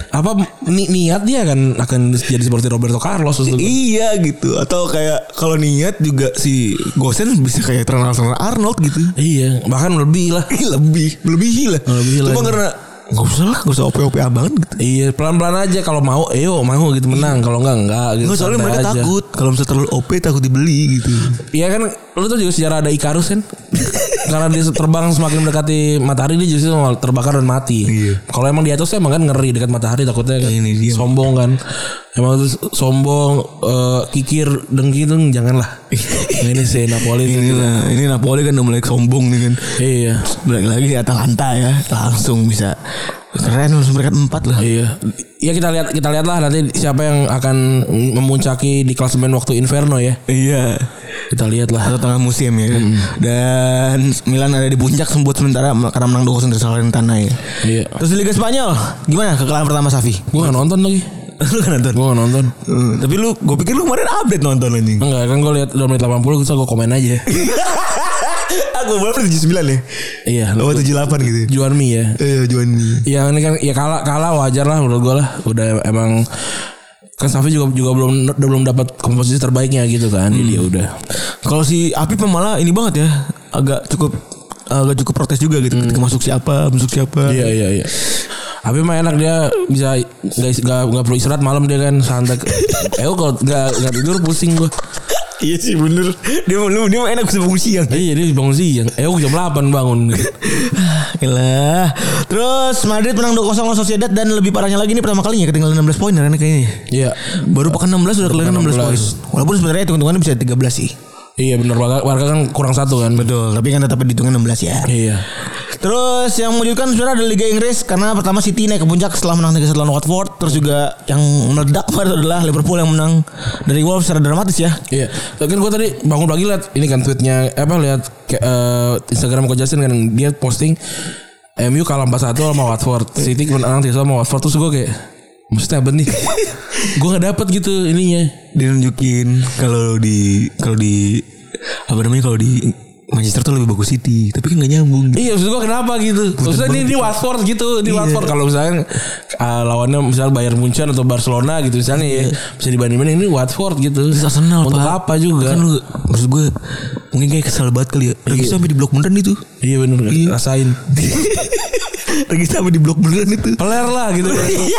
niat dia akan jadi seperti Roberto Carlos. Iya gitu. Atau kayak kalau niat juga si Gosen bisa kayak Trent Arnold gitu. Iya. Bahkan lebih lah. Lebih lah. Cuma karena gak usah OP-OP banget gitu. Iya pelan-pelan aja. Kalau mau mau gitu menang. Kalau enggak gitu. Nggak, soalnya mereka aja takut kalau misalnya terlalu OP takut dibeli gitu. Iya kan. Lu tuh juga sejarah ada Icarus kan. Karena dia terbang semakin mendekati matahari dia justru terbakar dan mati. Iya. Kalau emang di atas emang kan ngeri dekat matahari takutnya kan. Ini dia. Sombong kan. Emang tuh sombong kikir dengki tuh janganlah. Ini sih Napoli. Ini Napoli kan udah mulai sombong nih kan. Iya. Balik lagi Atalanta ya langsung bisa keren langsung peringkat 4 lah. Iya. Ya kita lihatlah nanti siapa yang akan memuncaki di klasemen waktu Inferno ya. Iya. Kita lihatlah atau tengah musim ya. Dan Milan ada di puncak sembut sementara karena menang 2-0 dari Salernitana ya. Iya. Terus di Liga Spanyol gimana kekalahan pertama Safi? Gue gak nonton lagi. Lu gak nonton? Gue gak nonton. Tapi gue pikir lu kemarin update nonton anjing. Enggak kan gue lihat udah menit 80 gue komen aja. Aku berapa 79 ya? Iya. Oh 78 gitu. Juan Mi ya. Iya Juan Mi. Ya ini kan ya kalah wajar lah menurut gue lah. Udah emang kan Safi juga belum dapat komposisi terbaiknya gitu kan. Jadi ya udah. Kalau si Apip malah ini banget ya. Agak cukup protes juga gitu ketika masuk siapa. Iya. Tapi mah enak dia bisa nggak perlu istirahat malam dia kan santai. Kalau nggak tidur pusing gue. Iya sih bener. Dia enak bisa bangun siang. Iya dia bangun siang. Jam 8 bangun. Gila. Terus Madrid menang 2-0 lawan Sociedad dan lebih parahnya lagi ini pertama kalinya ketinggalan 16 poin karena kayaknya. Iya. Baru pekan 16 sudah ketinggalan 16 poin. Walaupun sebenarnya hitung-hitungannya bisa 13 sih. Iya benar Barca kan kurang 1 kan. Betul. Tapi kan tetap dihitungnya 16 ya. Iya. Terus yang mengejutkan sebenarnya ada Liga Inggris karena pertama City naik ke puncak setelah menang 3-1 lawan Watford. Terus juga yang meledak kemarin adalah Liverpool yang menang dari Wolves secara dramatis ya. Iya. Kan gue tadi bangun pagi lihat ini kan tweetnya lihat Instagram Coach Justin kan dia posting MU kalah 4-1 sama Watford. City menang 3-1 sama Watford. Terus gue kayak maksudnya apa nih? Gue gak dapet gitu ininya. Dia nunjukin kalau di Manchester tuh lebih bagus City, tapi kan gak nyambung. Iya, maksud gue kenapa gitu? Maksudnya ini Watford gitu, di Watford kalau misalnya lawannya misalnya Bayern Munchen atau Barcelona gitu misalnya ya bisa dibandingin ini Watford gitu. Terus Arsenal untuk Pak. apa juga? Kan lu, maksud gue mungkin kayak kesal banget kali ya. Regis sampai di blok beneran itu. Iya bener, rasain. Regis sampai di blok beneran itu. Peler lah gitu.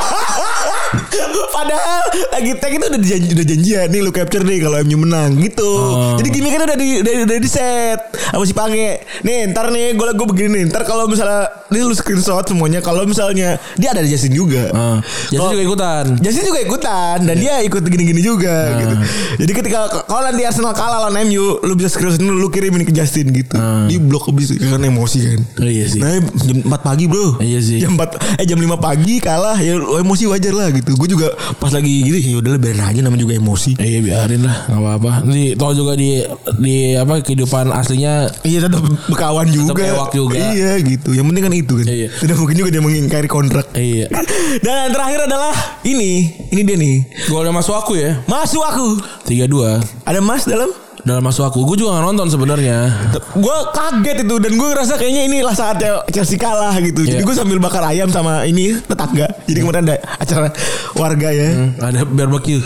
Padahal lagi tag itu udah janjian nih lu capture nih kalau MU menang gitu. Jadi gini kan udah di set sama si Pange. Nih ntar nih gue begini nih. Ntar kalau misalnya ini lu screenshot semuanya. Kalau misalnya dia ada Justin juga. Justin juga ikutan dan dia ikut gini-gini juga gitu. Jadi ketika kalau nanti Arsenal kalah lawan MU, lu bisa screenshot lu kirimin ke Justin gitu. Di blok habis kan emosi kan. Iya sih. Nah jam 4 pagi bro. Iya sih. Jam 5 pagi kalah ya emosi wajar lah gitu. Gue juga pas lagi gitu ya udah biarin aja namanya juga emosi. Iya biarin lah enggak apa-apa. Tau juga di apa kehidupan aslinya tetap berkawan juga. Tetap ewak juga. Iya gitu. Yang penting kan itu kan. Iya. Tidak mungkin juga dia mengingkari kontrak. Iya. Dan yang terakhir adalah ini dia nih. Gol ada masuk aku ya. Masuk aku 3-2. Ada Mas dalam masuk aku. Gue juga gak nonton sebenarnya. Gue kaget itu dan gue ngerasa kayaknya inilah saatnya Chelsea kalah gitu. Jadi gue sambil bakar ayam sama ini tetangga. Jadi kemarin ada acara warga ya. Ada barbecue.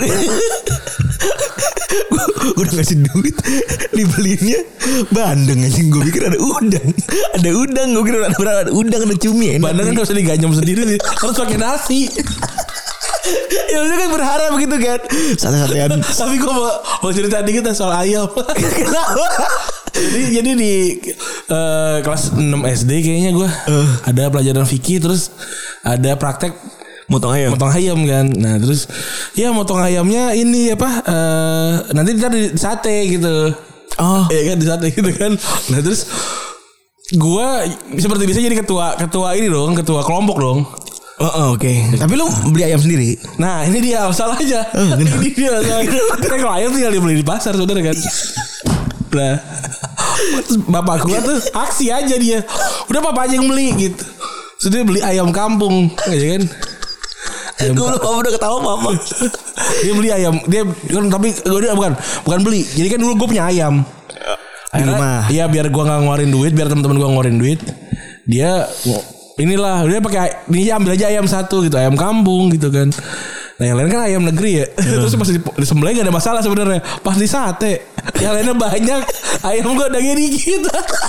Gue udah ngasih duit dibeliinnya bandeng aja. Gue pikir ada udang. Gue kira ada udang, ada cumi. Bandeng kan gak usah diganyam sendiri nih. Harus pakai nasi. Ya lu kan berharap begitu kan. Sate-satean. Tapi gue mau cerita dikit soal ayam. Kenapa? Jadi di kelas 6 SD kayaknya gue ada pelajaran fikih, terus ada praktek motong ayam kan. Nah terus ya motong ayamnya ini apa nanti ntar di sate gitu. Iya kan, di sate gitu kan. Nah terus gue seperti biasa jadi ketua ini dong, ketua kelompok dong. Oke. Tapi lu beli ayam sendiri. Nah ini dia masalah aja. Ini dia masalahnya. Karena kalau ayam tinggal dibeli di pasar saudara kan. Nah terus bapak gua tuh aksi aja dia. Udah papa aja yang beli gitu. Sudah beli ayam kampung aja kan. Gue lupa udah ketawa mama. Dia beli ayam. Dia kan tapi bukan beli. Jadi kan dulu gue punya ayam. Di rumah. Iya biar gue nggak ngeluarin duit, biar teman-teman gue ngeluarin duit. Dia inilah dia pakai dia ambil aja ayam satu gitu, ayam kampung gitu kan. Nah yang lain kan ayam negeri ya. Terus pas disembelih gak ada masalah sebenarnya. Pas di sate yang lainnya banyak, ayam gue dagingnya dikit.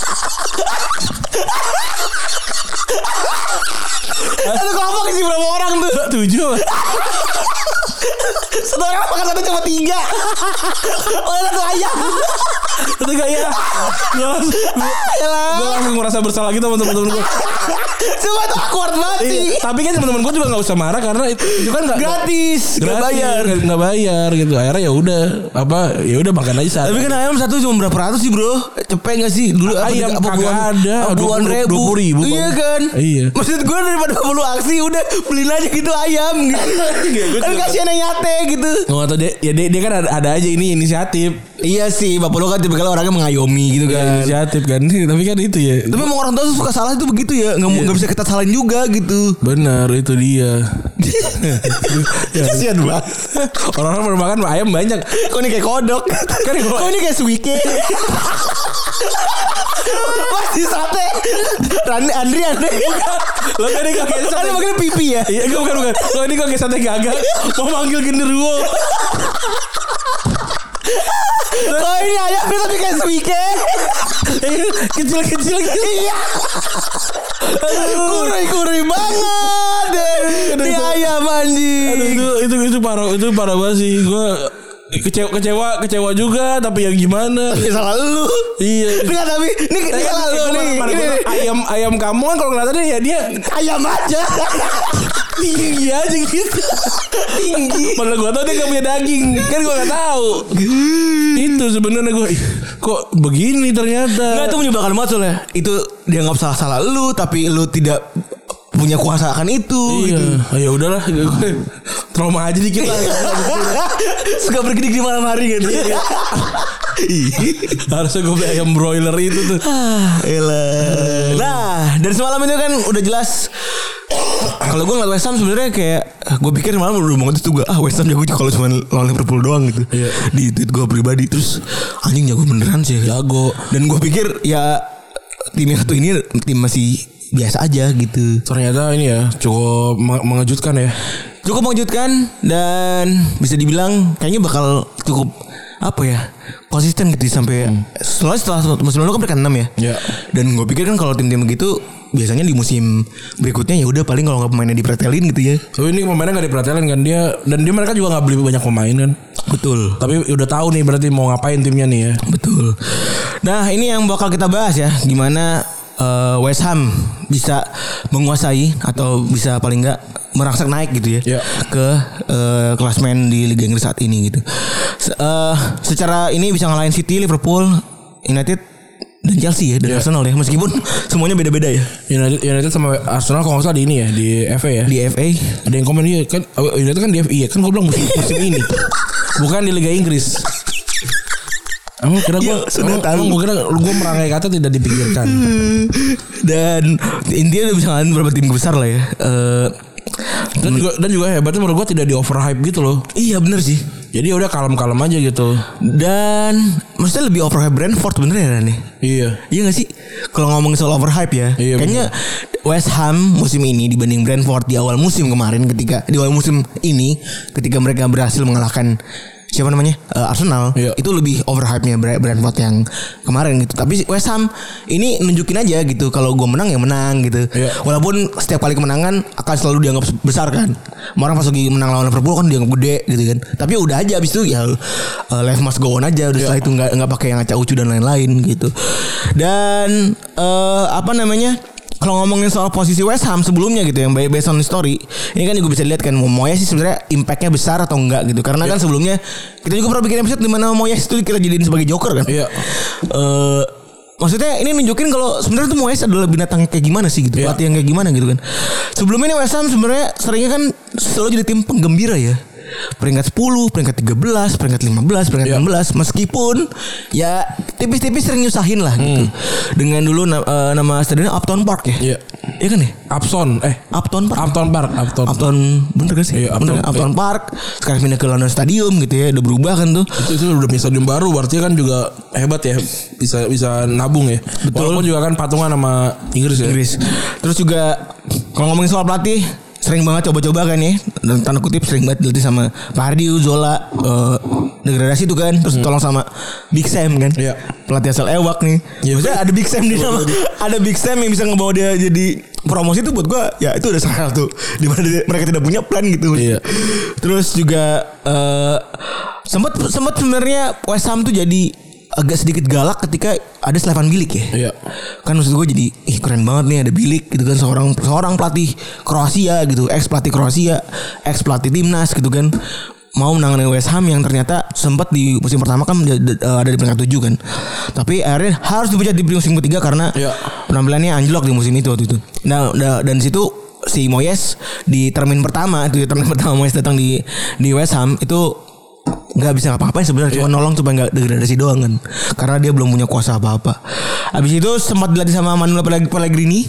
Satu kelompok isi berapa orang tuh? 7. Satu orang makan satu cuma 3. Satu ayam. Satu ayam. Gue langsung merasa bersalah gitu sama temen-temen gue. Cuma tuh awkward banget sih. Tapi kan temen-temen gue juga gak usah marah karena itu kan gratis. Gak bayar gitu. Akhirnya ya udah makan aja saat. Tapi kan ayam satu cuma berapa ratus sih bro? Cepet gak sih? Dulu ayam kagak ada 20.000. Iya kan? Iya. Maksud gue daripada perlu aksi udah beliin aja gitu ayam gitu. Kan kasihan yang nyate gitu. Nggak tahu dia kan ada aja ini inisiatif. Iya sih, bapak lo kan tipikal orangnya mengayomi gitu kan. Inisiatif kan. Tapi kan itu ya. Tapi emang orang tua suka salah itu begitu ya. Nggak bisa kita salahin juga gitu. Benar itu dia. Kasihan banget. Orang-orang baru makan ayam banyak. Kok ini kayak kodok. Kok ini kayak suike. Pasti sate. Andri. Lo kan ini kayak sate. Makin pipi ya. Iya bukan. Lo ini kayak sate gagak. Mau manggil genderuwo. Kalau ini ayam tapi kayak suike. Kecil-kecil gitu. Iya. Kuri banget. Ini ayam anjing. Aduh, itu parah banget sih. Gue kecewa juga, tapi yang gimana? Tapi salah lu. Iya. Enggak, tapi ini salah lu nih. Ayam kamu kan kalau kelihatannya ya dia ayam aja. Tinggi aja gitu. Tinggi. Padahal gue tau dia gak punya daging. Kan gue gak tahu. Itu sebenarnya gue kok begini ternyata. Enggak, itu menyebalkan banget soalnya. Itu dianggap salah lu, tapi lu tidak punya kuasa akan itu. Iya. Gitu. Ya udahlah, gue trauma aja dikit lah. Suka bergidik di malam hari gitu. Harusnya gue beli ayam broiler itu tuh. Nah, dari semalam itu kan udah jelas Kalau gue ngeliat West Ham sebenarnya kayak gue pikir malah udah banget itu gue West Ham jago kalau cuma lawan Liverpool doang gitu. Iya. Di tweet gue pribadi terus anjing jago beneran sih. Jago. Dan gue pikir ya tim yang satu ini tim masih biasa aja gitu. Ternyata ini ya cukup mengejutkan ya. Cukup mengejutkan dan bisa dibilang kayaknya bakal cukup apa ya konsisten gitu sampai setelah musim lalu kan mereka 6 ya. Iya. Dan gue pikir kan kalau tim-tim begitu biasanya di musim berikutnya ya udah paling kalau nggak pemainnya dipretelin gitu ya. So ini pemainnya nggak dipretelin kan dia dan dia mereka juga nggak beli banyak pemain kan. Betul. Tapi udah tahu nih berarti mau ngapain timnya nih ya. Betul. Nah ini yang bakal kita bahas ya gimana West Ham bisa menguasai atau bisa paling nggak merangsak naik gitu ya ke klasmen di Liga Inggris saat ini gitu. Secara ini bisa ngalahin City, Liverpool, United dan Chelsea ya dan Arsenal ya meskipun semuanya beda-beda ya. United sama Arsenal kalau nggak salah di ini ya di FA ya. Di FA ada yang komen dia kan United kan di FA ya kan gue bilang musim ini bukan di Liga Inggris. Emang kira gue sudah tahu. Gue kira gue merangkai kata tidak dipikirkan. Dan intinya udah bisa ngalahin beberapa tim besar lah ya. Dan juga hebatnya menurut gue tidak di overhype gitu loh. Iya bener sih. Jadi udah kalem-kalem aja gitu. Dan maksudnya lebih overhype Brentford bener ya nih. Iya. Iya gak sih? Kalau ngomongin soal overhype ya. Iya, kayaknya West Ham musim ini dibanding Brentford di awal musim kemarin ketika mereka berhasil mengalahkan siapa namanya Arsenal itu lebih overhype-nya Brentford yang kemarin gitu. Tapi West Ham ini nunjukin aja gitu kalau gue menang ya menang gitu. Walaupun setiap kali kemenangan akan selalu dianggap besar kan. Orang pas lagi menang lawan Liverpool kan dianggap gede gitu kan. Tapi udah aja abis itu ya life must go on aja. Udah setelah itu nggak pakai yang acak ucu dan lain-lain gitu. Dan apa namanya? Kalau ngomongin soal posisi West Ham sebelumnya gitu yang based on story, ini kan juga bisa dilihat kan Moyes sih sebenarnya impactnya besar atau enggak gitu. Karena kan sebelumnya kita juga pernah bikin episode di mana Moyes itu kita jadiin sebagai joker kan. Iya. Maksudnya ini nunjukin kalau sebenarnya tuh Moyes adalah binatang kayak gimana sih gitu, pelatih yang kayak gimana gitu kan. Sebelumnya ini West Ham sebenarnya seringnya kan selalu jadi tim penggembira ya. Peringkat 10, peringkat 13, peringkat 15, peringkat 16 meskipun ya tipis-tipis sering nyusahin lah gitu. Dengan dulu nama stadionnya Upton Park ya. Iya. Iya kan ya? Upton bener kan sih? Iya, Upton Park. Sekarang pindah ke London Stadium gitu ya. Udah berubah kan tuh. Itu udah punya stadion baru berarti kan juga hebat ya. Bisa nabung ya. Betul. Walaupun juga kan patungan sama Inggris ya. Terus juga kalau ngomongin soal pelatih sering banget coba-coba kan ya. Dan tanda kutip sering banget dilatih sama Pardew, Zola, degradasi itu kan. Terus tolong sama Big Sam kan. Iya. Pelatih asal Ewak nih. Maksudnya ada Big Sam di nama. Ada Big Sam yang bisa ngebawa dia jadi promosi itu buat gua ya itu udah salah tuh. Dimana mereka tidak punya plan gitu. Iya. Terus juga sempat sebenarnya West Ham tuh jadi agak sedikit galak ketika ada Slaven Bilic ya. Iya. Kan maksud gue jadi keren banget nih ada Bilic gitu kan seorang pelatih Kroasia gitu, ex pelatih Kroasia, ex pelatih timnas gitu kan. Mau menangani West Ham yang ternyata sempat di musim pertama kan ada di peringkat 7 kan. Tapi akhirnya harus dipecat di musim ketiga karena penampilannya anjlok di musim itu waktu itu. Nah, dan situ si Moyes di termin pertama Moyes datang di West Ham itu nggak bisa ngapa-ngapain sebenarnya cuma nolong supaya nggak degradasi doang kan karena dia belum punya kuasa apa-apa. Abis itu sempat dilatih sama Manuel Pellegrini.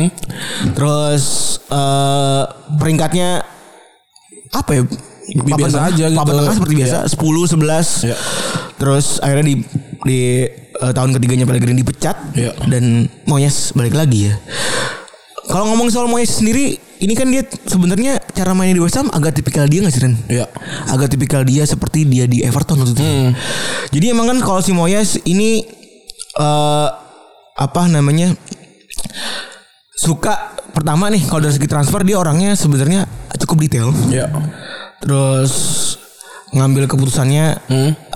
Terus peringkatnya apa ya biasa aja gitu. Papan tengah seperti biasa 10, 11. Terus akhirnya di tahun ketiganya Pellegrini dipecat dan Moyes balik lagi ya. Kalau ngomong soal Moyes sendiri, ini kan dia sebenarnya cara mainnya di West Ham agak tipikal dia nggak sih Ren? Iya. Agak tipikal dia seperti dia di Everton waktu itu. Jadi emang kan kalau si Moyes ini apa namanya suka pertama nih kalau dari segi transfer dia orangnya sebenarnya cukup detail. Iya. Terus ngambil keputusannya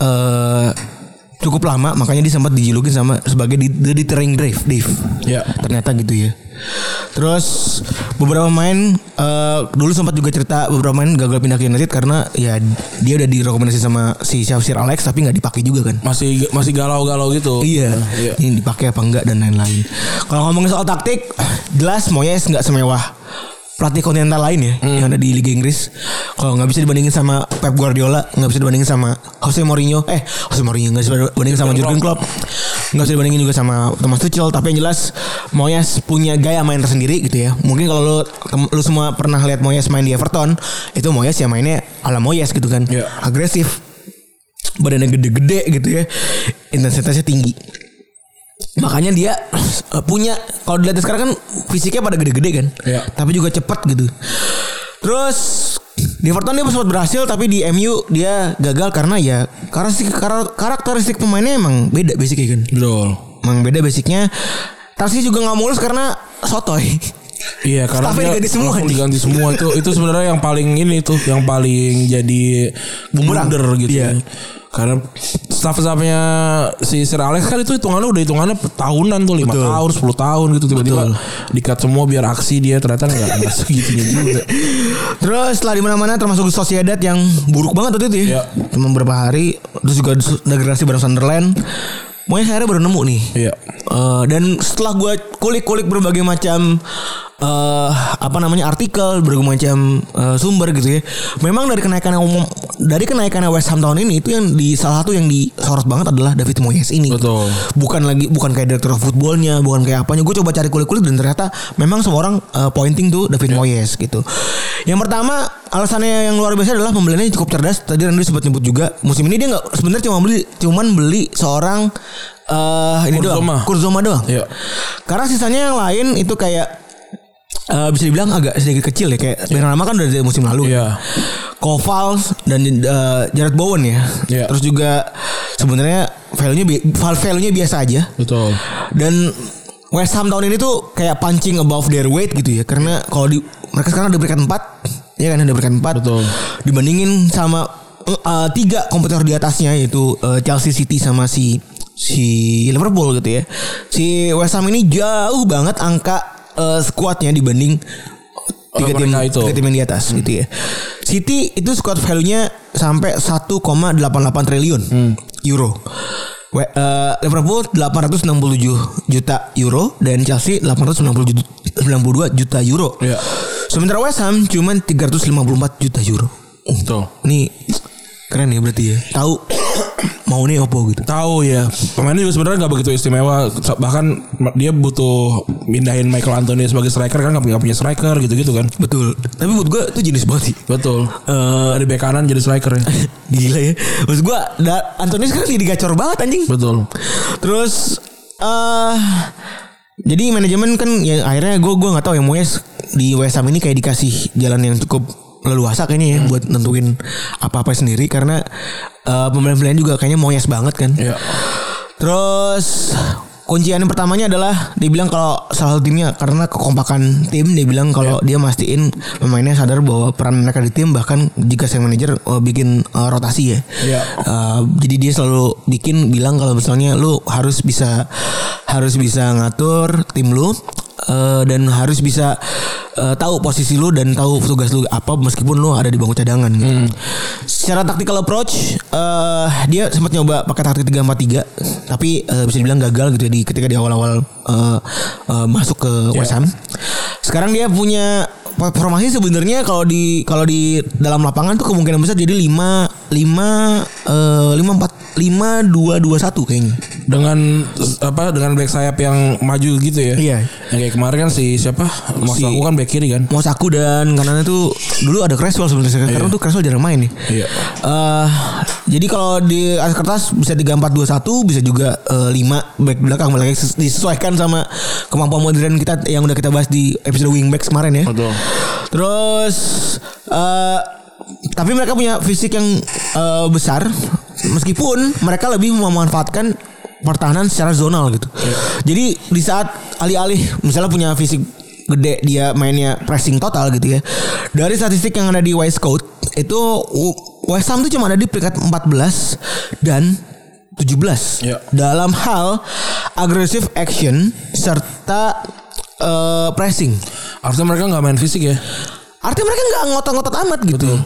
cukup lama, makanya dia sempat dijulukin sebagai the deterring Dave. Iya. Ternyata gitu ya. Terus beberapa pemain dulu sempat juga cerita beberapa pemain gagal pindah ke United karena ya dia udah direkomendasi sama si Sir Alex tapi nggak dipakai juga kan. Masih galau-galau gitu. Iya. Ini dipakai apa enggak dan lain-lain. Kalau ngomongin soal taktik, jelas Moyes nggak semewah pelatih kontinental lain ya yang ada di Liga Inggris. Kalau nggak bisa dibandingin sama Pep Guardiola, nggak bisa dibandingin sama Jose Mourinho nggak bisa dibandingin sama Jurgen Klopp, nggak bisa dibandingin juga sama Thomas Tuchel. Tapi yang jelas Moyes punya gaya main tersendiri gitu ya. Mungkin kalau lu semua pernah lihat Moyes main di Everton, itu Moyes ya mainnya ala Moyes gitu kan, agresif, badannya gede-gede gitu ya, intensitasnya tinggi. Makanya dia punya, kalau dilihat sekarang kan fisiknya pada gede-gede kan, tapi juga cepat gitu. Terus di Everton dia sempat berhasil, tapi di MU dia gagal karena ya karakteristik pemainnya emang beda basicnya kan. Betul. Emang beda basicnya. Tapi juga nggak mulus karena sotoy. Iya, karena dia diganti semua itu sebenarnya yang paling ini tuh, yang paling jadi blunder gitu. Iya. Karena staff-staffnya si Sir Alex kan itu hitungannya tahunan tuh, 5 tahun 10 tahun gitu, tiba-tiba di-cut semua biar aksi dia, ternyata enggak segitunya juga. Terus setelah di mana-mana termasuk Sociedad yang buruk banget waktu itu ya. Cuma beberapa hari, terus juga degradasi bareng Sunderland. Moyes akhirnya baru nemu nih. Iya. Dan setelah gue kulik-kulik berbagai macam artikel, berbagai macam sumber gitu ya. Memang dari kenaikan West Ham tahun ini itu yang salah satu yang disorot banget adalah David Moyes ini. Betul. Bukan kayak direktur footballnya, bukan kayak apanya. Gue coba cari kulik-kulik dan ternyata memang semua orang pointing tuh David Moyes gitu. Yang pertama, alasannya yang luar biasa adalah pembeliannya cukup cerdas. Tadi Randy sempat nyebut juga, musim ini dia nggak sebenarnya cuman beli seorang Kurtzoma doang. Iya. Karena sisanya yang lain itu kayak bisa dibilang agak sedikit kecil ya, kayak Benrahma kan udah dari musim lalu. Iya. Koval dan Jarrod Bowen ya. Iya. Terus juga sebenarnya value-nya biasa aja. Betul. Dan West Ham tahun ini tuh kayak punching above their weight gitu ya, karena kalau mereka sekarang ada peringkat 4, ya kan, ada peringkat 4. Betul. Dibandingin sama 3 kompetitor di atasnya, yaitu Chelsea, City sama si Liverpool gitu ya. Si West Ham ini jauh banget angka squadnya dibanding tiga tim yang di atas gitu ya. City itu squad value-nya sampai 1,88 triliun euro. Liverpool 867 juta euro dan Chelsea 892 juta euro. Yeah. Sementara West Ham cuma 354 juta euro. Tuh. Nih keren ya berarti ya. Tahu mau nih opo gitu. Tahu ya. Pemainnya juga sebenarnya nggak begitu istimewa. Bahkan dia butuh mindahin Michael Antonio sebagai striker, kan nggak punya striker gitu kan. Betul. Tapi menurut gue itu jenis banget sih. Betul. Dari bek kanan jadi striker ya. Gila ya. Maksud gue Antonio sekarang jadi gacor banget anjing. Betul. Terus jadi manajemen kan ya akhirnya gue nggak tahu ya, Moyes di West Ham ini kayak dikasih jalan yang cukup leluasa kayaknya ya buat nentuin apa-apa sendiri, karena pembelian juga kayaknya Moyes banget kan. Iya. Terus kuncian yang pertamanya adalah dia bilang kalau salah satu timnya karena kekompakan tim, dia bilang kalau dia mastiin pemainnya sadar bahwa peran mereka di tim, bahkan jika sang manajer bikin rotasi ya. Iya. Jadi dia selalu bilang kalau misalnya lu harus bisa ngatur tim lu. Dan harus bisa tahu posisi lu dan tahu tugas lu apa meskipun lu ada di bangku cadangan gitu. Secara tactical approach dia sempat nyoba pakai taktik 3-4-3 tapi bisa dibilang gagal gitu ya ketika di awal-awal masuk ke West Ham. Sekarang dia punya formasi sebenarnya kalau di dalam lapangan tuh kemungkinan besar jadi 5-2-2-1 kayaknya. Dengan back sayap yang maju gitu ya. Iya. Yang kayak kemarin kan siapa? Mosaku kan back kiri kan. Mosaku dan kanannya tuh dulu ada Creswell sebenarnya. Karena tuh Creswell jarang main nih. Iya. Jadi kalau di atas kertas bisa 3-4-2-1, bisa juga 5 back belakang, disesuaikan sama kemampuan modern kita yang udah kita bahas di episode wingbacks kemarin ya. Betul. Terus tapi mereka punya fisik yang besar, meskipun mereka lebih memanfaatkan pertahanan secara zonal gitu. Jadi di saat alih-alih misalnya punya fisik gede, dia mainnya pressing total gitu ya. Dari statistik yang ada di Wisecout itu West Ham tuh cuma ada di peringkat 14 dan 17 dalam hal aggressive action serta pressing. Artinya mereka nggak main fisik ya. Artinya mereka nggak ngotot-ngotot amat gitu. Betul.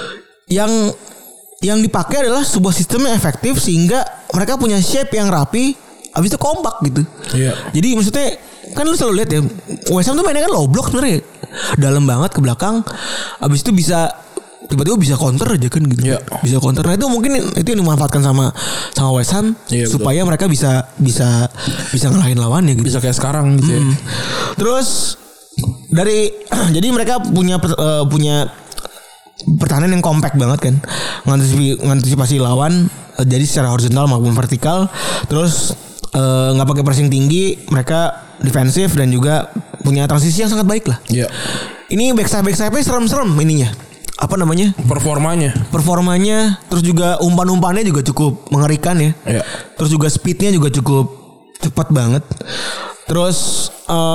Yang dipakai adalah sebuah sistem yang efektif sehingga mereka punya shape yang rapi, habis itu kompak gitu. Iya. Jadi maksudnya kan lu selalu lihat ya West Ham tuh mainnya kan low block sebenarnya, dalam banget ke belakang, abis itu bisa tiba-tiba bisa counter aja kan gitu. Yeah. Bisa counter. Nah itu mungkin itu yang dimanfaatkan sama West Ham supaya mereka bisa ngalahin lawannya gitu. Bisa kayak sekarang gitu ya. Terus dari jadi mereka punya pertahanan yang compact banget kan, ngantisipasi lawan jadi secara horizontal maupun vertikal. Terus nggak pakai pressing tinggi, mereka defensif dan juga punya transisi yang sangat baik lah. Iya. Ini backside serem-serem ininya. Apa namanya? Performanya, terus juga umpan-umpannya juga cukup mengerikan ya. Iya. Terus juga speednya juga cukup cepat banget. Terus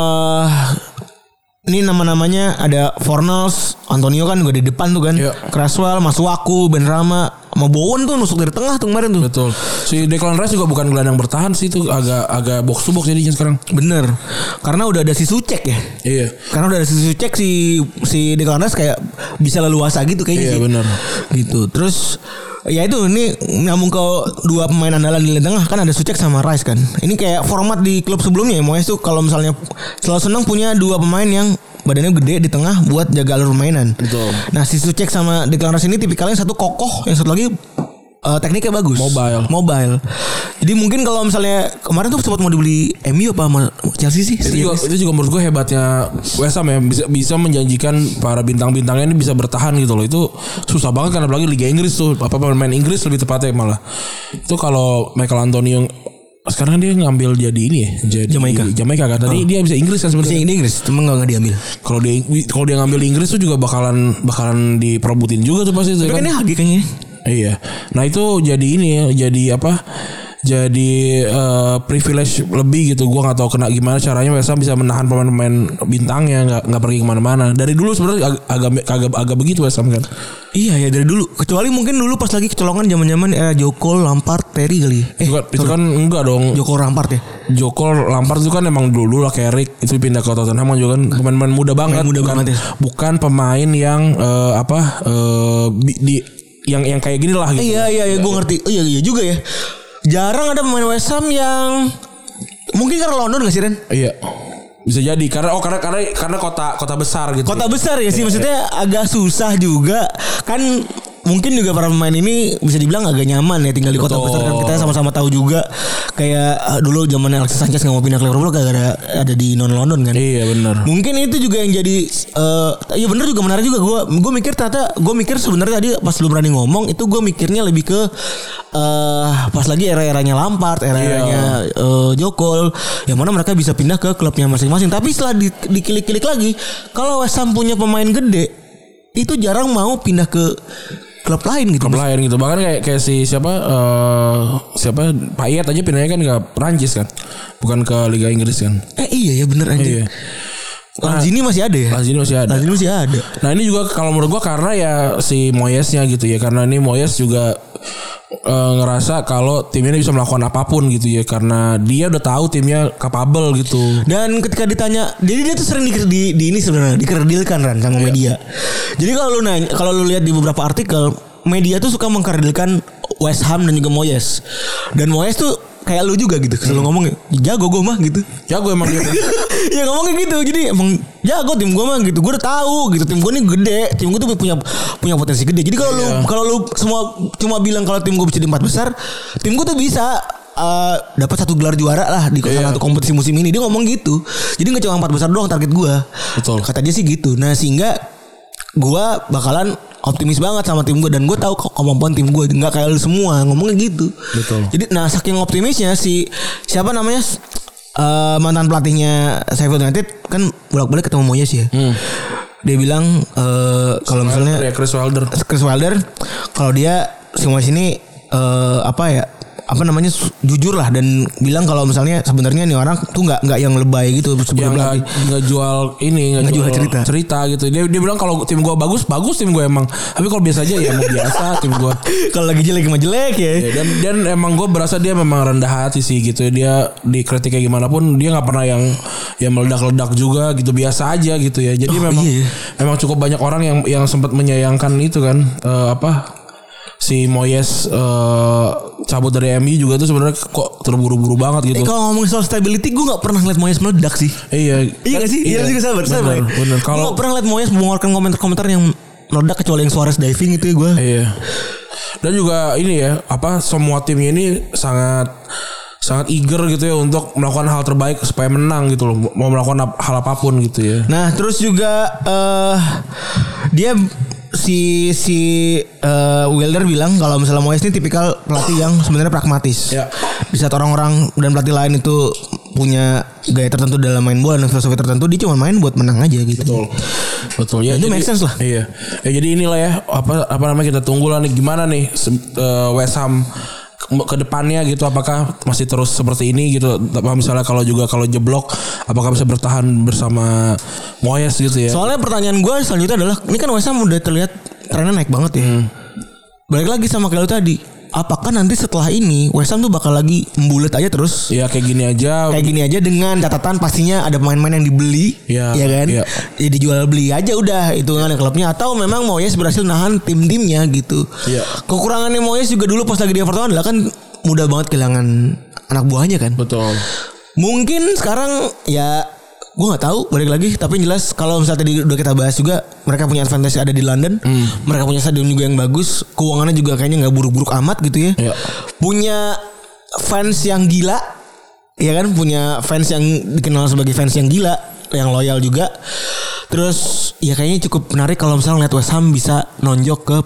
ini nama-namanya ada Fornals, Antonio kan juga di depan tuh kan. Iya. Cresswell, Masuaku, Benrahma, sama Bowen tuh nusuk dari tengah tuh kemarin tuh. Betul. Si Declan Rice juga bukan gelandang bertahan sih, itu agak box to box jadinya sekarang. Bener. Karena udah ada si Sucek ya. Iya. Karena udah ada si Sucek, si Declan Rice kayak bisa leluasa gitu kayaknya. Iya, sih. bener. Gitu. Terus ya itu ini nyambung ke dua pemain andalan di lini tengah kan, ada Sucek sama Rice kan. Ini kayak format di klub sebelumnya ya. Moyes tuh kalau misalnya selalu senang punya dua pemain yang badannya gede di tengah buat jaga alur permainan. Betul. Nah si Sucek sama Declan Rice ini tipikalnya satu kokoh, yang satu lagi tekniknya bagus. Mobile. Jadi mungkin kalau misalnya kemarin tuh sempat mau dibeli MU apa sama Chelsea sih. Itu juga menurut gue hebatnya West Ham ya, bisa menjanjikan para bintang-bintangnya ini bisa bertahan gitu loh. Itu susah banget kan, apalagi Liga Inggris tuh, apa pemain Inggris lebih tepatnya malah. Itu kalau Michael Antonio sekarang dia ngambil jadi ini ya, jadi Jamaika kan. Tadi dia bisa Inggris kan sebenarnya. Bisa Inggris, cuma enggak diambil. Kalau dia ngambil Inggris tuh juga bakalan diperobutin juga tuh pasti. Tapi kan ini Hagi kayaknya. Iya. Nah itu jadi ini ya, jadi apa? Jadi privilege lebih gitu. Gua nggak tahu gimana caranya West Ham bisa menahan pemain-pemain bintangnya nggak pergi kemana-mana. Dari dulu sebenarnya agak begitu West Ham kan. Iya ya dari dulu. Kecuali mungkin dulu pas lagi kecolongan zaman-zaman era Joko, Lampard, Terry kali. Itu kan enggak dong. Joko Lampard ya. Joko Lampard itu kan emang dulu lah, Carrick itu pindah ke Tottenham juga kan, pemain-pemain muda banget. Banget ya. Bukan pemain yang yang kayak gini lah gitu. Iya gue ngerti. Iya juga ya. Jarang ada pemain West Ham yang mungkin karena London gak sih Ren? Iya. Bisa jadi karena kota besar gitu. Kota besar ya sih, maksudnya agak susah juga kan. Mungkin juga para pemain ini bisa dibilang agak nyaman ya tinggal di kota besar kan. Kita sama-sama tahu juga kayak dulu zaman Alexis Sanchez nggak mau pindah ke Liverpool gara-gara ada di non London kan. Iya benar. Mungkin itu juga yang jadi iya benar juga, menarik juga. Gue mikir sebenarnya tadi pas lu berani ngomong itu gue mikirnya lebih ke pas lagi era-eranya Lampard, era-eranya Joko, yang mana mereka bisa pindah ke klubnya masing-masing. Tapi setelah dikilik-kilik lagi, kalau West Ham punya pemain gede itu jarang mau pindah ke klub lain gitu. Bahkan kayak si siapa Payet aja pindahnya kan ke Prancis kan, bukan ke Liga Inggris kan. Iya ya bener aja. Iya. Lanzini masih ada ya. Lanzini masih ada. Nah ini juga kalau menurut gua karena ya si Moyesnya gitu ya, karena ini Moyes juga ngerasa kalau tim ini bisa melakukan apapun gitu ya, karena dia udah tahu timnya capable gitu. Dan ketika ditanya, jadi dia tuh sering di ini sebenarnya dikerdilkan Ran sama media. Jadi kalau lu lihat di beberapa artikel, media tuh suka mengkerdilkan West Ham dan juga Moyes. Dan Moyes tuh kayak lu juga gitu, selalu ngomong jago gue mah gitu. Jago emang dia. Ya ngomongnya gitu. Jadi emang jago tim gue mah gitu. Gue udah tahu gitu, tim gue nih gede. Tim gue tuh punya potensi gede. Jadi kalau lu semua cuma bilang kalau tim gue bisa di 4 besar, tim gue tuh bisa dapat 1 gelar juara lah di salah satu kompetisi musim ini. Dia ngomong gitu. Jadi gak cuma 4 besar doang target gue. Betul. Kata dia sih gitu. Nah sehingga gue bakalan optimis banget sama tim gue, dan gue tahu kemampuan tim gue nggak kayak lu semua ngomongnya gitu. Betul. Jadi saking optimisnya siapa namanya mantan pelatihnya Sheffield United kan bolak-balik ketemu Moyes ya. Dia bilang kalau misalnya Chris Wilder kalau dia si Moyes ini jujur lah, dan bilang kalau misalnya sebenarnya nih orang tuh nggak yang lebay gitu sebelum nggak jual cerita gitu. Dia bilang kalau tim gue bagus tim gue emang, tapi kalau biasa aja ya emang biasa tim gue. Kalau lagi jelek emang jelek ya. Dan emang gue berasa dia memang rendah hati sih gitu. Dia dikritik kayak gimana pun dia nggak pernah yang meledak-ledak juga gitu, biasa aja gitu ya. Jadi memang cukup banyak orang yang sempat menyayangkan itu kan si Moyes cabut dari MU juga tuh sebenarnya kok terburu-buru banget gitu. Kalau ngomongin soal stability, gue nggak pernah ngeliat Moyes meledak sih. Iya gak sih? Iya juga sabar. Bener. Kalau nggak pernah ngeliat Moyes mengeluarkan komentar-komentar yang meledak kecuali yang Suarez diving itu ya gue. Iya. Dan juga ini ya, semua timnya ini sangat eager gitu ya untuk melakukan hal terbaik supaya menang gitu loh, mau melakukan hal apapun gitu ya. Nah terus juga dia si Wilder bilang kalau misalnya Moyes ini tipikal pelatih yang sebenarnya pragmatis. Ya. Di saat orang-orang dan pelatih lain itu punya gaya tertentu dalam main bola dan filosofi tertentu, dia cuma main buat menang aja gitu. Betul ya. Itu make sense lah. Iya. Ya jadi inilah ya apa namanya, kita tunggu lah nih gimana nih West Ham ke depannya gitu, apakah masih terus seperti ini gitu, apa misalnya kalau jeblok apakah bisa bertahan bersama Moyes gitu ya. Soalnya pertanyaan gue selanjutnya adalah, ini kan West Ham udah terlihat trennya naik banget ya. Balik lagi sama kayak lu tadi, apakah nanti setelah ini West Ham tuh bakal lagi membulet aja terus? Ya kayak gini aja dengan catatan pastinya ada pemain-pemain yang dibeli, ya kan? Ya dijual beli aja udah hitungannya klubnya, atau memang Moyes berhasil nahan tim-timnya gitu. Ya. Kekurangannya Moyes juga dulu pas lagi di Everton adalah kan mudah banget kehilangan anak buahnya kan. Betul. Mungkin sekarang ya gue nggak tahu, balik lagi, tapi yang jelas kalau misalnya tadi udah kita bahas juga, mereka punya advantage ada di London, mereka punya stadion juga yang bagus, keuangannya juga kayaknya nggak buruk-buruk amat gitu ya. Punya fans yang gila, ya kan, punya fans yang dikenal sebagai fans yang gila, yang loyal juga. Terus ya kayaknya cukup menarik kalau misalnya ngeliat West Ham bisa nonjok ke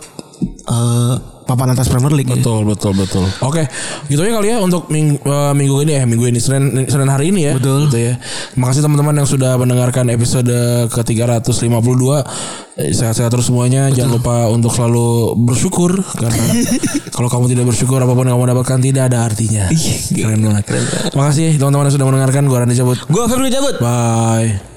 papan atas Premier League. Betul. Oke, gitu aja kali ya untuk minggu ini Senin hari ini ya. Betul. Gitu ya. Makasih teman-teman yang sudah mendengarkan episode ke-352. Sehat-sehat terus semuanya. Betul. Jangan lupa untuk selalu bersyukur, karena kalau kamu tidak bersyukur, apapun yang kamu dapatkan tidak ada artinya. Keren banget. Makasih teman-teman yang sudah mendengarkan. Gua Randy cabut. Gua Febri cabut. Bye.